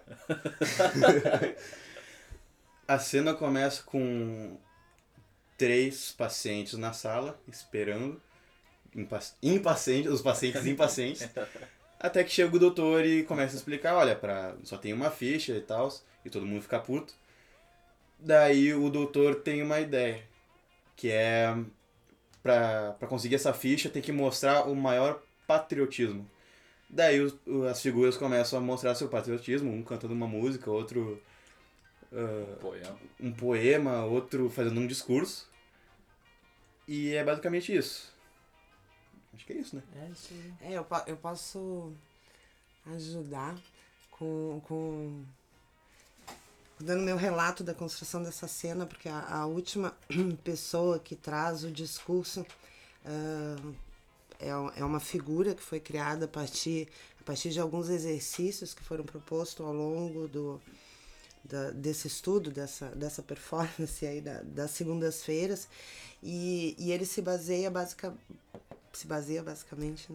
[SPEAKER 2] A cena começa com três pacientes na sala, esperando, impac- impacientes, os pacientes impacientes, até que chega o doutor e começa a explicar, olha, pra, só tem uma ficha e tal, e todo mundo fica puto. Daí o doutor tem uma ideia, que é, pra, pra conseguir essa ficha, tem que mostrar o maior patriotismo. Daí os, as figuras começam a mostrar seu patriotismo, um cantando uma música, outro uh,
[SPEAKER 1] Poema.
[SPEAKER 2] um poema, outro fazendo um discurso. E é basicamente isso. Acho que é isso, né?
[SPEAKER 4] É isso aí.
[SPEAKER 5] É, eu, po- eu posso ajudar com, com dando meu relato da construção dessa cena, porque a, a última pessoa que traz o discurso uh, é, é uma figura que foi criada a partir, a partir de alguns exercícios que foram propostos ao longo do, da, desse estudo, dessa, dessa performance aí da, das segundas-feiras, e, e ele se baseia basicamente se baseia basicamente, né?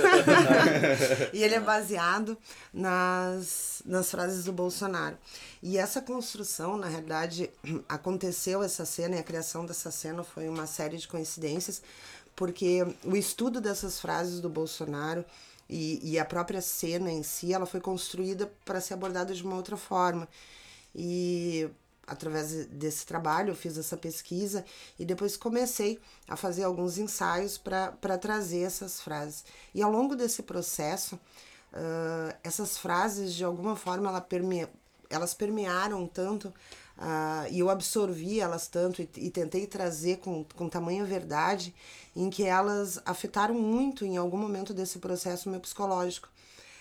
[SPEAKER 5] E ele é baseado nas, nas frases do Bolsonaro. E essa construção, na realidade, aconteceu essa cena, e a criação dessa cena foi uma série de coincidências, porque o estudo dessas frases do Bolsonaro e, e a própria cena em si, ela foi construída para ser abordada de uma outra forma. E através desse trabalho eu fiz essa pesquisa e depois comecei a fazer alguns ensaios para trazer essas frases. E ao longo desse processo, uh, essas frases, de alguma forma, ela perme elas permearam tanto, uh, e eu absorvi elas tanto e, e tentei trazer com, com tamanha verdade, em que elas afetaram muito, em algum momento desse processo meu psicológico.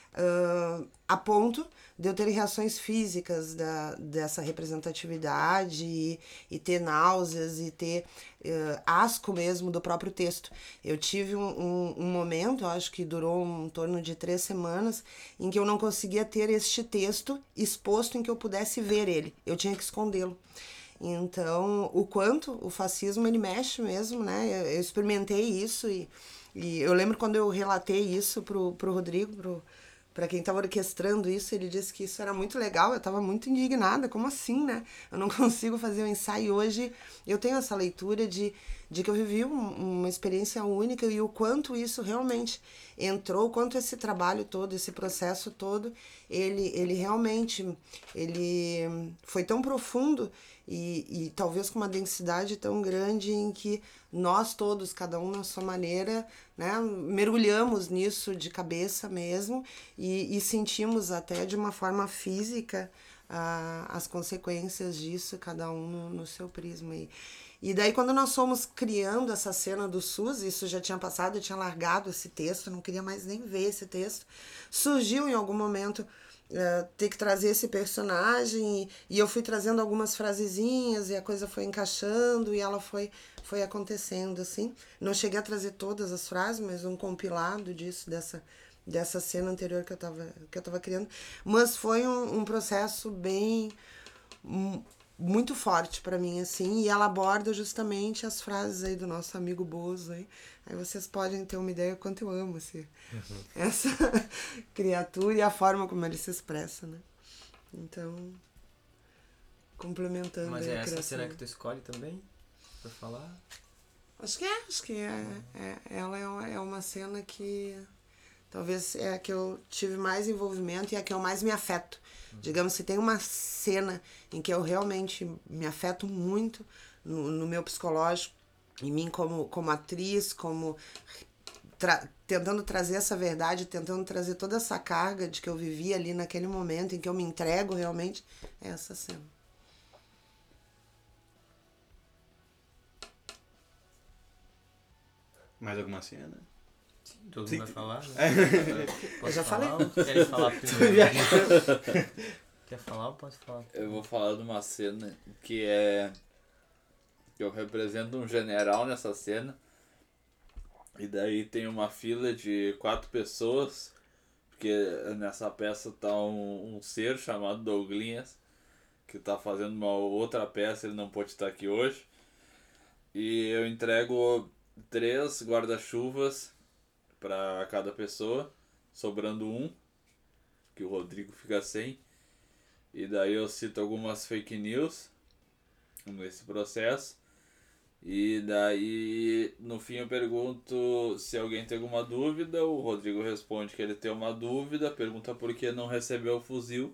[SPEAKER 5] Uh, a ponto de eu ter reações físicas da, dessa representatividade e, e ter náuseas e ter uh, asco mesmo do próprio texto. Eu tive um, um, um momento, eu acho que durou um, em torno de três semanas, em que eu não conseguia ter este texto exposto em que eu pudesse ver ele. Eu tinha que escondê-lo. Então, o quanto o fascismo, ele mexe mesmo, né? Eu, eu experimentei isso e, e eu lembro quando eu relatei isso pro, pro Rodrigo, pro para quem estava orquestrando isso, ele disse que isso era muito legal, eu estava muito indignada, como assim, né? Eu não consigo fazer um ensaio hoje. Eu tenho essa leitura de, de que eu vivi um, uma experiência única e o quanto isso realmente entrou, o quanto esse trabalho todo, esse processo todo, ele, ele realmente ele foi tão profundo e, e talvez com uma densidade tão grande em que nós todos, cada um na sua maneira, né, mergulhamos nisso de cabeça mesmo e, e sentimos até de uma forma física uh, as consequências disso, cada um no, no seu prisma. E, e daí quando nós fomos criando essa cena do SUS, isso já tinha passado, eu tinha largado esse texto, não queria mais nem ver esse texto, surgiu em algum momento Uh, ter que trazer esse personagem e, e eu fui trazendo algumas frasezinhas e a coisa foi encaixando e ela foi, foi acontecendo assim. Não cheguei a trazer todas as frases, mas um compilado disso, dessa, dessa cena anterior que eu tava, que eu tava criando. Mas foi um, um processo bem... Um, muito forte para mim, assim, e ela aborda justamente as frases aí do nosso amigo Bozo, aí, aí vocês podem ter uma ideia quanto eu amo esse, uhum. essa criatura e a forma como ele se expressa, né? Então, complementando.
[SPEAKER 4] Mas
[SPEAKER 5] aí
[SPEAKER 4] é
[SPEAKER 5] a
[SPEAKER 4] essa
[SPEAKER 5] criação.
[SPEAKER 4] cena que tu escolhe também, pra falar?
[SPEAKER 5] Acho que é, acho que é, é ela é uma, é uma cena que talvez é a que eu tive mais envolvimento e a que eu mais me afeto. Uhum. Digamos, se tem uma cena em que eu realmente me afeto muito no, no meu psicológico, em mim como, como atriz, como tra tentando trazer essa verdade, tentando trazer toda essa carga de que eu vivi ali naquele momento, em que eu me entrego realmente, é essa cena.
[SPEAKER 2] Mais alguma cena?
[SPEAKER 4] Todo
[SPEAKER 2] Sim.
[SPEAKER 4] mundo vai falar, né?
[SPEAKER 5] Eu já
[SPEAKER 4] falar,
[SPEAKER 5] falei.
[SPEAKER 4] ou querem falar primeiro? Quer falar ou posso falar?
[SPEAKER 1] Eu vou falar de uma cena que é... Eu represento um general nessa cena. E daí tem uma fila de quatro pessoas. Porque nessa peça tá um, um ser chamado Douglinhas, que tá fazendo uma outra peça, ele não pode estar aqui hoje. E eu entrego três guarda-chuvas para cada pessoa, sobrando um. que o Rodrigo fica sem. E daí eu cito algumas fake news nesse processo. E daí, no fim, eu pergunto se alguém tem alguma dúvida. O Rodrigo responde que ele tem uma dúvida, pergunta por que não recebeu o fuzil.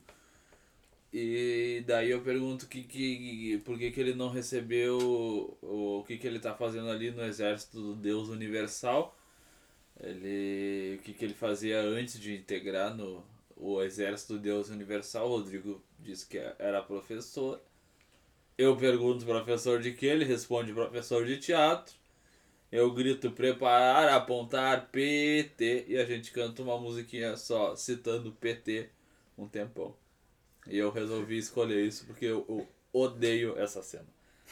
[SPEAKER 1] E daí eu pergunto que, que, por que, que ele não recebeu, o, o que, que ele tá fazendo ali no exército do Deus Universal. Ele, o que, que ele fazia antes de integrar no o exército do Deus Universal. O Rodrigo disse que era professor. Eu pergunto professor de que, ele responde professor de teatro. Eu grito preparar, apontar, P T, e a gente canta uma musiquinha só citando P T um tempão. E eu resolvi escolher isso porque eu, eu odeio essa cena.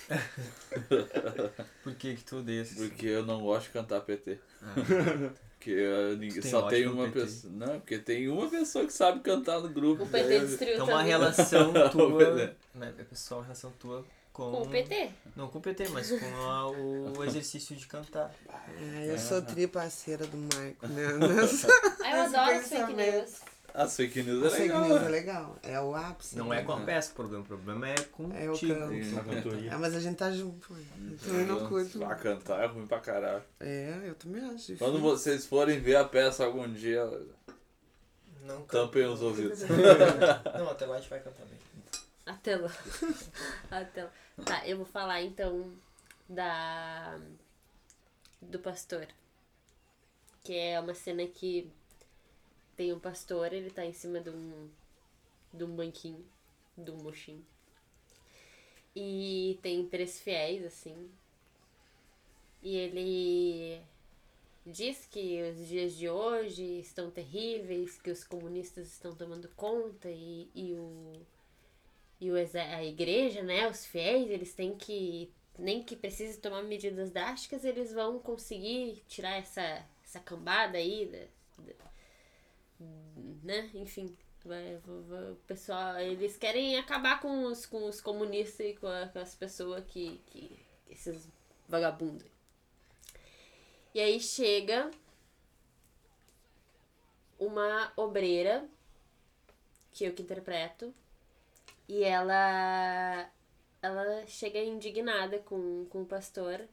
[SPEAKER 4] Por que que tu odeia essa
[SPEAKER 1] Porque eu não gosto de cantar P T.
[SPEAKER 4] Ah.
[SPEAKER 1] Porque uh, ninguém,
[SPEAKER 4] Tem
[SPEAKER 1] só tem
[SPEAKER 4] ótimo
[SPEAKER 1] uma
[SPEAKER 4] P T.
[SPEAKER 1] pessoa. Não, porque tem uma pessoa que sabe cantar no grupo.
[SPEAKER 3] O P T
[SPEAKER 1] daí-
[SPEAKER 3] destruiu
[SPEAKER 4] Então uma
[SPEAKER 3] também.
[SPEAKER 4] relação tua,
[SPEAKER 1] Beleza.
[SPEAKER 4] né, pessoal, uma relação tua com...
[SPEAKER 3] Com o P T.
[SPEAKER 4] Não com o P T, mas com a- o exercício de cantar.
[SPEAKER 5] É, eu sou tri parceira do Marco, né?
[SPEAKER 3] Ah, eu
[SPEAKER 5] Esse
[SPEAKER 3] adoro as fake
[SPEAKER 5] pensamento.
[SPEAKER 3] news.
[SPEAKER 1] As fake news
[SPEAKER 5] A
[SPEAKER 1] é
[SPEAKER 5] fake
[SPEAKER 1] legal.
[SPEAKER 5] news é
[SPEAKER 1] né?
[SPEAKER 5] legal. É o ápice.
[SPEAKER 4] Não é com a peça o problema, o problema é contigo.
[SPEAKER 5] É o canto.
[SPEAKER 2] A cantoria.
[SPEAKER 5] Ah, mas a gente tá junto, ué. Então eu não curto.
[SPEAKER 1] Ah, cantar é ruim pra caralho.
[SPEAKER 5] É, eu também acho difícil.
[SPEAKER 1] Quando vocês forem ver a peça algum dia,
[SPEAKER 4] Não
[SPEAKER 1] tampem os ouvidos.
[SPEAKER 4] Não, até lá a gente vai cantar bem.
[SPEAKER 3] Até lá. Até lá. Tá, eu vou falar então da. Do pastor. Que é uma cena que tem um pastor, ele tá em cima de um. de um banquinho, de um mochinho. E tem três fiéis, assim. E ele diz que os dias de hoje estão terríveis, que os comunistas estão tomando conta e, e o. E o, exe- a igreja, né, os fiéis, eles têm que, nem que precise tomar medidas drásticas, eles vão conseguir tirar essa, essa cambada aí, da, da- né, enfim, vai, vai- vai- o pessoal, eles querem acabar com os, com os comunistas e com, a- com as pessoas que, que, esses vagabundos. E aí chega uma obreira, que eu que interpreto, e ela ela chega indignada com, com o pastor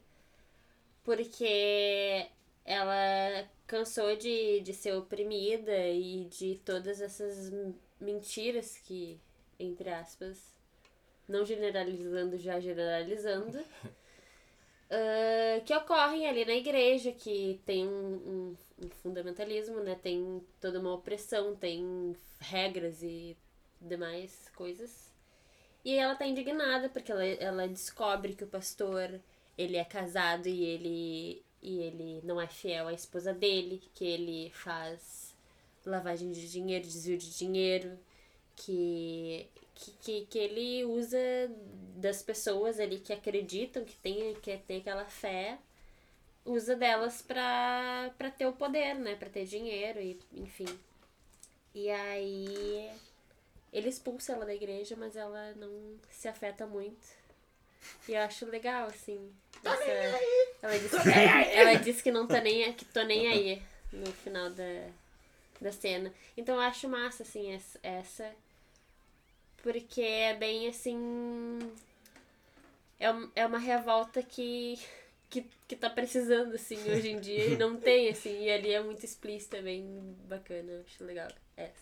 [SPEAKER 3] porque ela cansou de, de ser oprimida e de todas essas mentiras que, entre aspas, não generalizando, já generalizando, ah, que ocorrem ali na igreja, que tem um, um, um fundamentalismo, né? Tem toda uma opressão, tem regras e demais coisas. E ela tá indignada porque ela, ela descobre que o pastor, ele é casado e ele, e ele não é fiel à esposa dele, que ele faz lavagem de dinheiro, desvio de dinheiro, que, que, que, que ele usa das pessoas ali que acreditam, que tem, que tem aquela fé, usa delas pra, pra ter o poder, né? Pra ter dinheiro e enfim. E aí ele expulsa ela da igreja, mas ela não se afeta muito. E eu acho legal, assim. Essa... Ela disse que, ela disse que não tá nem aí, que tô nem aí no final da, da cena. Então eu acho massa, assim, essa- essa. Porque é bem assim. É, um- é uma revolta que, que, que tá precisando, assim, hoje em dia. E não tem, assim. E ali é muito explícito, é bem bacana. Eu acho legal essa.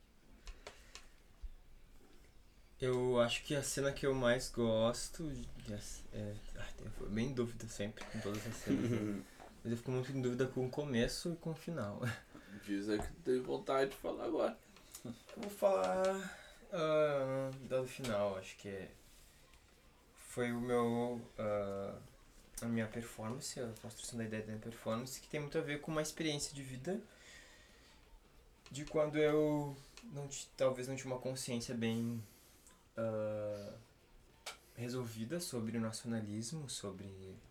[SPEAKER 4] Eu acho que a cena que eu mais gosto é, é, ah, eu fico bem em dúvida sempre com todas as cenas, né? Mas eu fico muito em dúvida com o começo e com o final.
[SPEAKER 1] Diz aí que tem vontade de falar agora.
[SPEAKER 4] Eu vou falar ah, do final, acho que é, foi o meu ah, a minha performance, a construção da ideia da minha performance, que tem muito a ver com uma experiência de vida de quando eu não t- talvez não tinha uma consciência bem ah, resolvida sobre o nacionalismo, sobre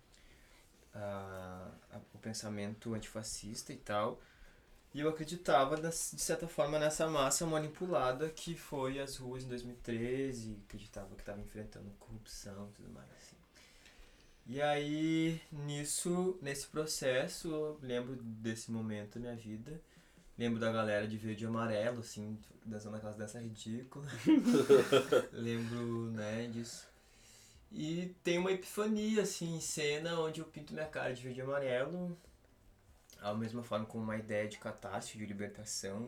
[SPEAKER 4] ah, a- o pensamento antifascista e tal. E eu acreditava, das- de certa forma, nessa massa manipulada que foi as ruas em dois mil e treze, acreditava que estava enfrentando corrupção e tudo mais, assim. E aí, nisso, nesse processo, eu lembro desse momento da minha vida, Lembro da galera de verde e amarelo, assim, dançando aquelas danças ridículas. Lembro, né, disso. E tem uma epifania, assim, em cena, onde eu pinto minha cara de verde e amarelo, ao mesma forma com uma ideia de catástrofe, de libertação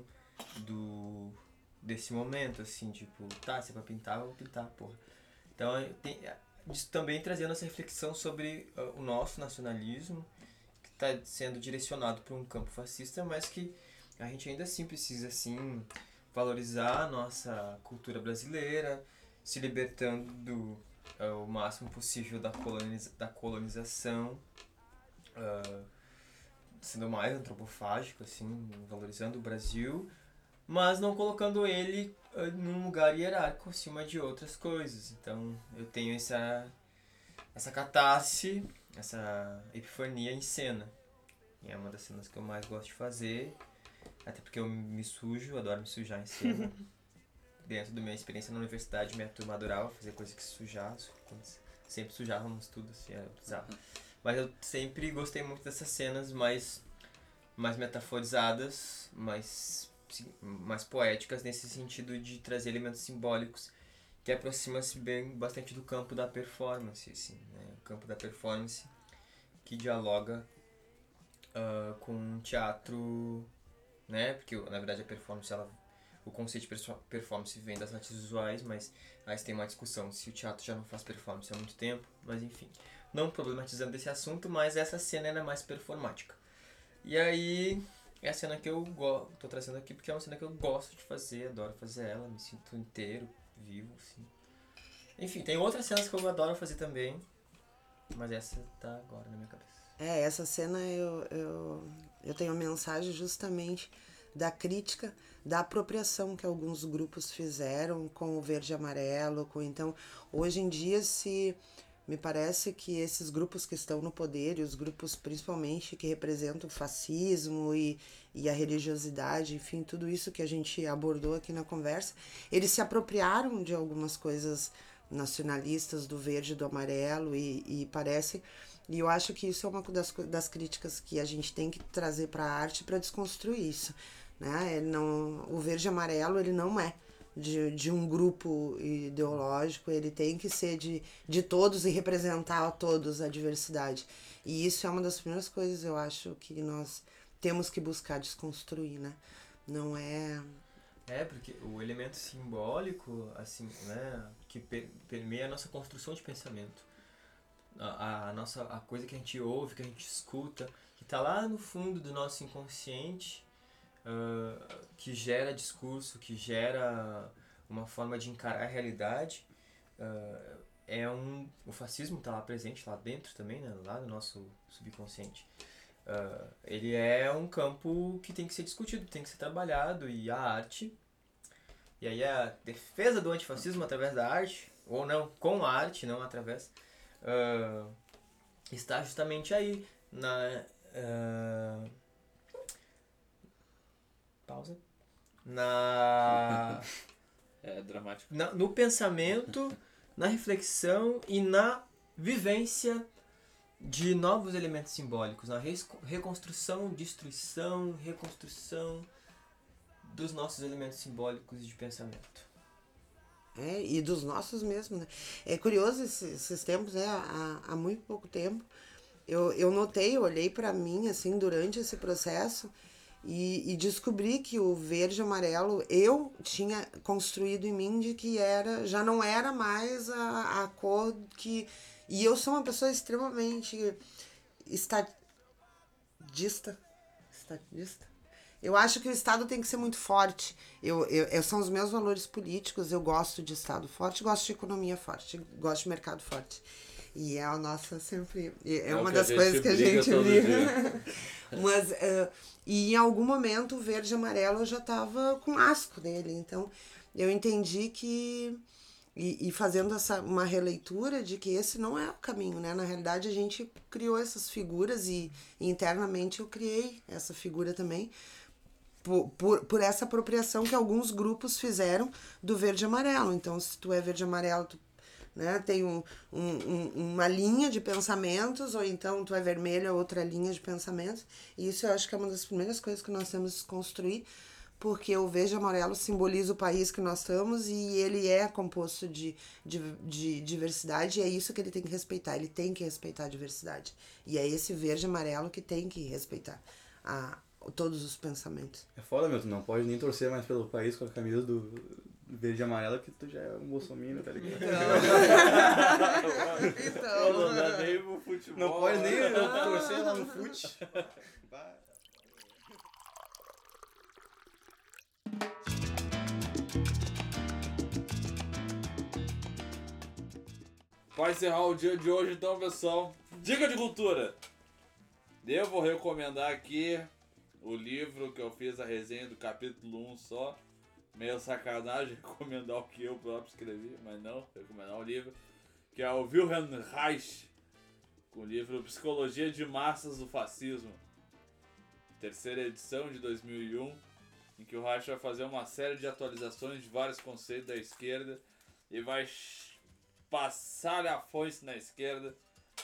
[SPEAKER 4] do, desse momento, assim, tipo, tá, se é pra pintar, eu vou pintar, porra. Então, tem, isso também trazendo essa reflexão sobre uh, o nosso nacionalismo, que está sendo direcionado para um campo fascista, mas que a gente ainda assim precisa, assim, valorizar a nossa cultura brasileira, se libertando do, uh, o máximo possível da, coloniza- da colonização, uh, sendo mais antropofágico, assim, valorizando o Brasil, mas não colocando ele uh, num lugar hierárquico acima de outras coisas. Então eu tenho essa, essa catarse, essa epifania em cena. E é uma das cenas que eu mais gosto de fazer, até porque eu me sujo, adoro me sujar em cena. Dentro da minha experiência na universidade, minha turma adorava fazer coisa que se sujar, sempre sujávamos tudo, assim, era bizarro. Mas eu sempre gostei muito dessas cenas mais, mais metaforizadas, mais, mais poéticas, nesse sentido de trazer elementos simbólicos que aproxima-se bem bastante do campo da performance, assim, né? O campo da performance que dialoga uh, com teatro, né? Porque na verdade a performance, ela, o conceito de performance vem das artes visuais, mas aí tem uma discussão se o teatro já não faz performance há muito tempo, mas enfim. Não problematizando esse assunto, mas essa cena era mais performática. E aí, é a cena que eu go- tô trazendo aqui porque é uma cena que eu gosto de fazer, adoro fazer ela, me sinto inteiro, vivo, assim. Enfim, tem outras cenas que eu adoro fazer também, mas essa tá agora na minha cabeça.
[SPEAKER 5] É, essa cena eu, eu, eu tenho a mensagem justamente da crítica, da apropriação que alguns grupos fizeram com o verde e amarelo, com, então, hoje em dia se... Me parece que esses grupos que estão no poder, e os grupos principalmente que representam o fascismo e, e a religiosidade, enfim, tudo isso que a gente abordou aqui na conversa, eles se apropriaram de algumas coisas nacionalistas, do verde e do amarelo, e, e parece... E eu acho que isso é uma das, das críticas que a gente tem que trazer para a arte para desconstruir isso, né? Ele não, o verde e amarelo, ele não é De, de um grupo ideológico, ele tem que ser de, de todos e representar a todos a diversidade. E isso é uma das primeiras coisas, eu acho, que nós temos que buscar desconstruir, né? Não é...
[SPEAKER 4] É, porque o elemento simbólico, assim, né, que per- permeia a nossa construção de pensamento. A, a, nossa, a coisa que a gente ouve, que a gente escuta, que está lá no fundo do nosso inconsciente, Uh, que gera discurso, que gera uma forma de encarar a realidade, uh, é um, o fascismo está lá presente, lá dentro também, né, lá no nosso subconsciente. Uh, ele é um campo que tem que ser discutido, tem que ser trabalhado, e a arte, e aí a defesa do antifascismo através da arte, ou não, com a arte, não através, uh, está justamente aí, na... Uh, pausa, na,
[SPEAKER 1] É dramático.
[SPEAKER 4] na, no pensamento, na reflexão e na vivência de novos elementos simbólicos, na res, reconstrução, destruição, reconstrução dos nossos elementos simbólicos de pensamento.
[SPEAKER 5] É, e dos nossos mesmo, né? É curioso esses, esses tempos, né? Há, há muito pouco tempo, eu, eu notei, eu olhei para mim, assim, durante esse processo, E, e descobri que o verde e amarelo eu tinha construído em mim de que era, já não era mais a, a cor que... E eu sou uma pessoa extremamente estadista. Estadista? Eu acho que o Estado tem que ser muito forte. Eu, eu, eu, são os meus valores políticos. Eu gosto de Estado forte, gosto de economia forte, gosto de mercado forte. E é a nossa sempre... É, é uma das coisas que a gente briga. Mas... Uh, E em algum momento o verde e amarelo eu já estava com asco dele. Então eu entendi que. E, e fazendo essa, uma releitura de que esse não é o caminho, né? Na realidade a gente criou essas figuras e, e internamente eu criei essa figura também. Por, por, por essa apropriação que alguns grupos fizeram do verde e amarelo. Então, se tu é verde e amarelo, tu né? Tem um, um, um, uma linha de pensamentos, ou então tu é vermelho, outra linha de pensamentos. E isso eu acho que é uma das primeiras coisas que nós temos que construir, porque o verde e amarelo simboliza o país que nós estamos e ele é composto de, de, de diversidade, e é isso que ele tem que respeitar. Ele tem que respeitar a diversidade. E é esse verde e amarelo que tem que respeitar a, todos os pensamentos.
[SPEAKER 2] É foda, meu, tu não pode nem torcer mais pelo país com a camisa do verde e amarela, que tu já é um bolsominion, tá ligado?
[SPEAKER 5] Então,
[SPEAKER 1] Não dá nem pro futebol.
[SPEAKER 2] Não pode nem torcer lá no fute.
[SPEAKER 1] Para encerrar o dia de hoje, então, pessoal, dica de cultura. Eu vou recomendar aqui o livro que eu fiz a resenha do capítulo um só. Meio sacanagem recomendar o que eu próprio escrevi, mas não, recomendar o livro, que é o Wilhelm Reich, com o livro Psicologia de Massas do Fascismo, terceira edição de dois mil e um, em que o Reich vai fazer uma série de atualizações de vários conceitos da esquerda e vai passar a foice na esquerda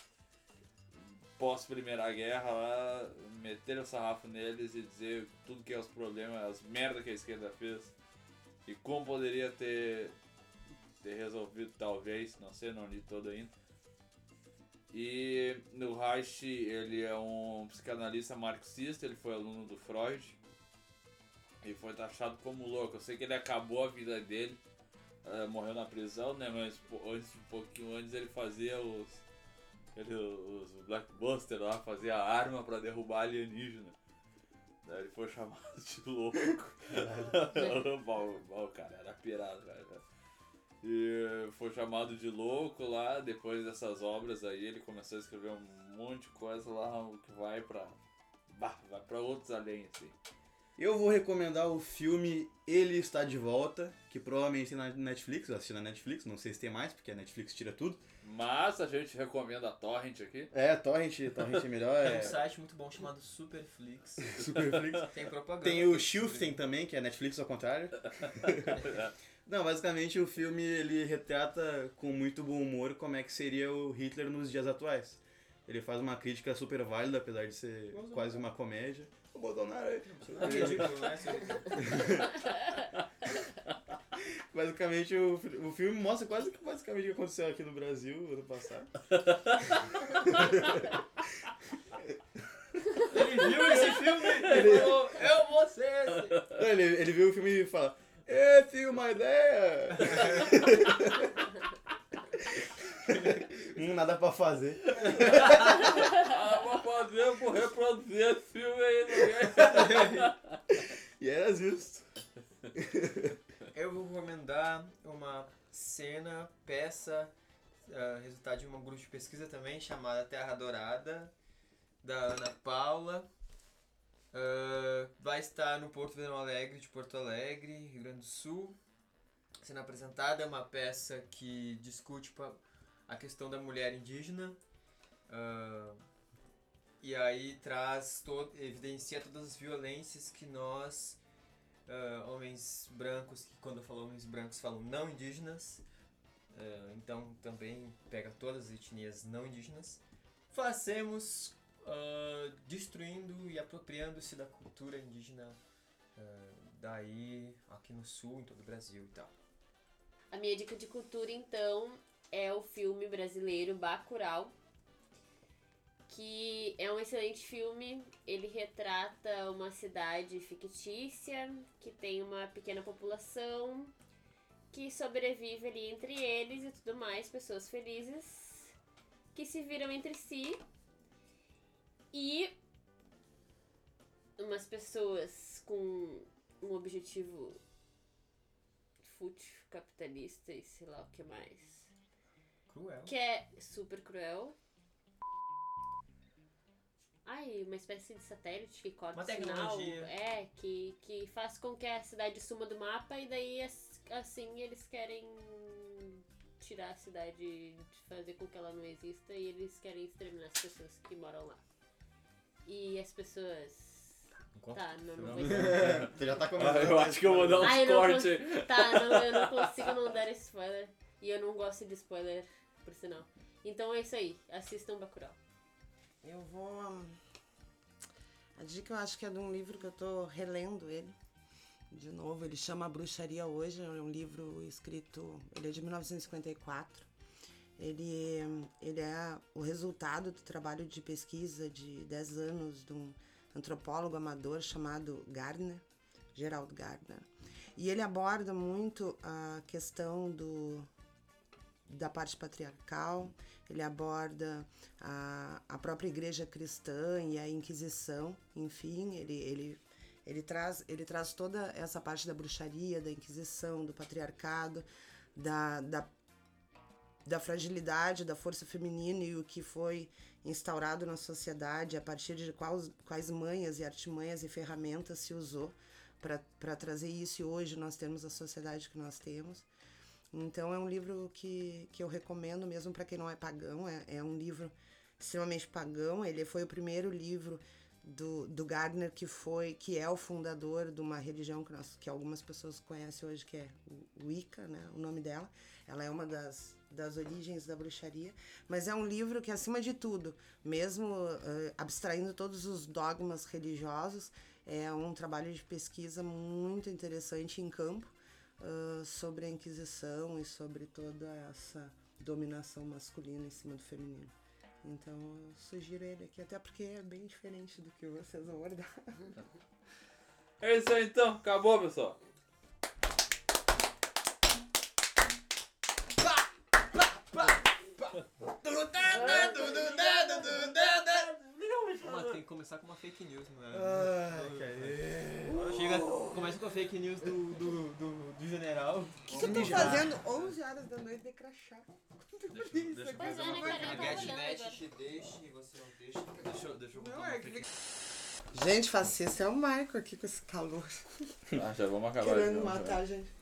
[SPEAKER 1] pós Primeira Guerra lá, meter o sarrafo neles e dizer tudo que é os problemas, as merdas que a esquerda fez e como poderia ter, ter resolvido, talvez, não sei, não li todo ainda. E no Reich, ele é um psicanalista marxista, ele foi aluno do Freud e foi taxado como louco. Eu sei que ele acabou a vida dele, uh, morreu na prisão, né? Mas antes, um pouquinho antes ele fazia os, ele, os Blackbuster lá, fazia arma pra derrubar alienígena. Daí ele foi chamado de louco. O cara era pirado, cara. E foi chamado de louco lá. Depois dessas obras aí, ele começou a escrever um monte de coisa lá que vai pra, bah, vai pra outros além, assim.
[SPEAKER 2] Eu vou recomendar o filme Ele Está de Volta, que provavelmente tem na Netflix, eu assisti na Netflix, não sei se tem mais, porque a Netflix tira tudo.
[SPEAKER 1] Mas a gente recomenda a Torrent aqui.
[SPEAKER 2] É, Torrent, Torrent é melhor.
[SPEAKER 4] Tem
[SPEAKER 2] É
[SPEAKER 4] um site muito bom chamado Superflix.
[SPEAKER 2] Superflix.
[SPEAKER 4] Tem propaganda.
[SPEAKER 2] Tem o Shifting também, que é Netflix ao contrário. Não, basicamente o filme ele retrata com muito bom humor como é que seria o Hitler nos dias atuais. Ele faz uma crítica super válida, apesar de ser quase uma comédia. O Bolsonaro aí.
[SPEAKER 4] É ridículo, né?
[SPEAKER 2] Basicamente o, o filme mostra quase que basicamente o que aconteceu aqui no Brasil ano passado.
[SPEAKER 4] Ele viu esse filme e falou, eu vou ser esse.
[SPEAKER 2] Não, ele, ele viu o filme e fala, eu tenho uma ideia! Hum, nada pra fazer.
[SPEAKER 1] Ah, vou fazer, vou reproduzir esse filme aí, não
[SPEAKER 2] E era justo.
[SPEAKER 4] Eu vou recomendar uma cena, peça, uh, resultado de um grupo de pesquisa também, chamada Terra Dourada, da Ana Paula. Uh, vai estar no Porto Verão Alegre de Porto Alegre, Rio Grande do Sul. Sendo apresentada é uma peça que discute a questão da mulher indígena. Uh, e aí traz, todo, evidencia todas as violências que nós... Uh, homens brancos, que quando eu falo homens brancos falam não indígenas, uh, então também pega todas as etnias não indígenas, fazemos uh, destruindo e apropriando-se da cultura indígena uh, daí, aqui no sul, em todo o Brasil e tal.
[SPEAKER 3] A minha dica de cultura, então, é o filme brasileiro Bacurau, que é um excelente filme. Ele retrata uma cidade fictícia que tem uma pequena população que sobrevive ali entre eles e tudo mais, pessoas felizes que se viram entre si e umas pessoas com um objetivo fútil, capitalista e sei lá o que mais.
[SPEAKER 4] Cruel.
[SPEAKER 3] Que é super cruel. Ai, uma espécie de satélite que corta
[SPEAKER 4] Uma
[SPEAKER 3] o sinal.
[SPEAKER 4] tecnologia.
[SPEAKER 3] É, que, que faz com que a cidade suma do mapa e daí assim eles querem tirar a cidade, fazer com que ela não exista e eles querem exterminar as pessoas que moram lá. E as pessoas... Tá, não, não,
[SPEAKER 4] Não.
[SPEAKER 3] vou dizer.
[SPEAKER 2] Você já tá
[SPEAKER 1] Ah,
[SPEAKER 2] comentando.
[SPEAKER 1] eu acho que eu vou dar uns
[SPEAKER 3] Ai, eu não
[SPEAKER 1] cortes
[SPEAKER 3] cons-
[SPEAKER 1] aí.
[SPEAKER 3] Tá, não, eu não consigo não dar spoiler. E eu não gosto de spoiler, por sinal. Então é isso aí, assistam Bacurau.
[SPEAKER 5] Eu vou... hum, A dica eu acho que é de um livro que eu tô relendo ele. De novo, ele chama A Bruxaria Hoje, é um livro escrito... Ele é de mil novecentos e cinquenta e quatro. Ele, ele é o resultado do trabalho de pesquisa de dez anos de um antropólogo amador chamado Gardner, Gerald Gardner. E ele aborda muito a questão do, da parte patriarcal, ele aborda a, a própria igreja cristã e a Inquisição, enfim, ele, ele, ele, traz, ele traz toda essa parte da bruxaria, da Inquisição, do patriarcado, da, da da fragilidade da força feminina e o que foi instaurado na sociedade, a partir de quais, quais manhas e artimanhas e ferramentas se usou para trazer isso, e hoje nós temos a sociedade que nós temos. Então é um livro que, que eu recomendo mesmo para quem não é pagão, é, é um livro extremamente pagão. Ele foi o primeiro livro do, do Gardner, que foi, que é o fundador de uma religião que, nós, que algumas pessoas conhecem hoje, que é Wicca, né, o nome dela. Ela é uma das, das origens da bruxaria, mas é um livro que, acima de tudo, mesmo uh, abstraindo todos os dogmas religiosos, é um trabalho de pesquisa muito interessante em campo, uh, sobre a Inquisição e sobre toda essa dominação masculina em cima do feminino. Então eu sugiro ele aqui, até porque é bem diferente do que vocês vão abordar.
[SPEAKER 1] É isso aí então, acabou, pessoal.
[SPEAKER 4] Mas tem que começar com uma fake news, não é?
[SPEAKER 2] Ai, cara.
[SPEAKER 4] Chega, começa com a fake news do, do, do, do general.
[SPEAKER 5] O que, que eu tô fazendo onze horas da noite de crachá?
[SPEAKER 1] Deixa, deixa eu
[SPEAKER 3] Pois
[SPEAKER 1] fazer
[SPEAKER 3] é,
[SPEAKER 1] uma
[SPEAKER 3] né,
[SPEAKER 1] coisa.
[SPEAKER 3] cara?
[SPEAKER 4] A
[SPEAKER 3] Eu tava olhando
[SPEAKER 4] GetNet
[SPEAKER 3] agora.
[SPEAKER 4] te deixa e você não deixa.
[SPEAKER 1] Deixa eu, deixa eu botar
[SPEAKER 5] Não,
[SPEAKER 1] uma
[SPEAKER 5] é que
[SPEAKER 1] fake-
[SPEAKER 5] Gente, fascista é o Marco aqui com esse calor.
[SPEAKER 1] Ah, já vamos acabar de
[SPEAKER 5] Querendo
[SPEAKER 1] novo,
[SPEAKER 5] matar
[SPEAKER 1] já.
[SPEAKER 5] a gente.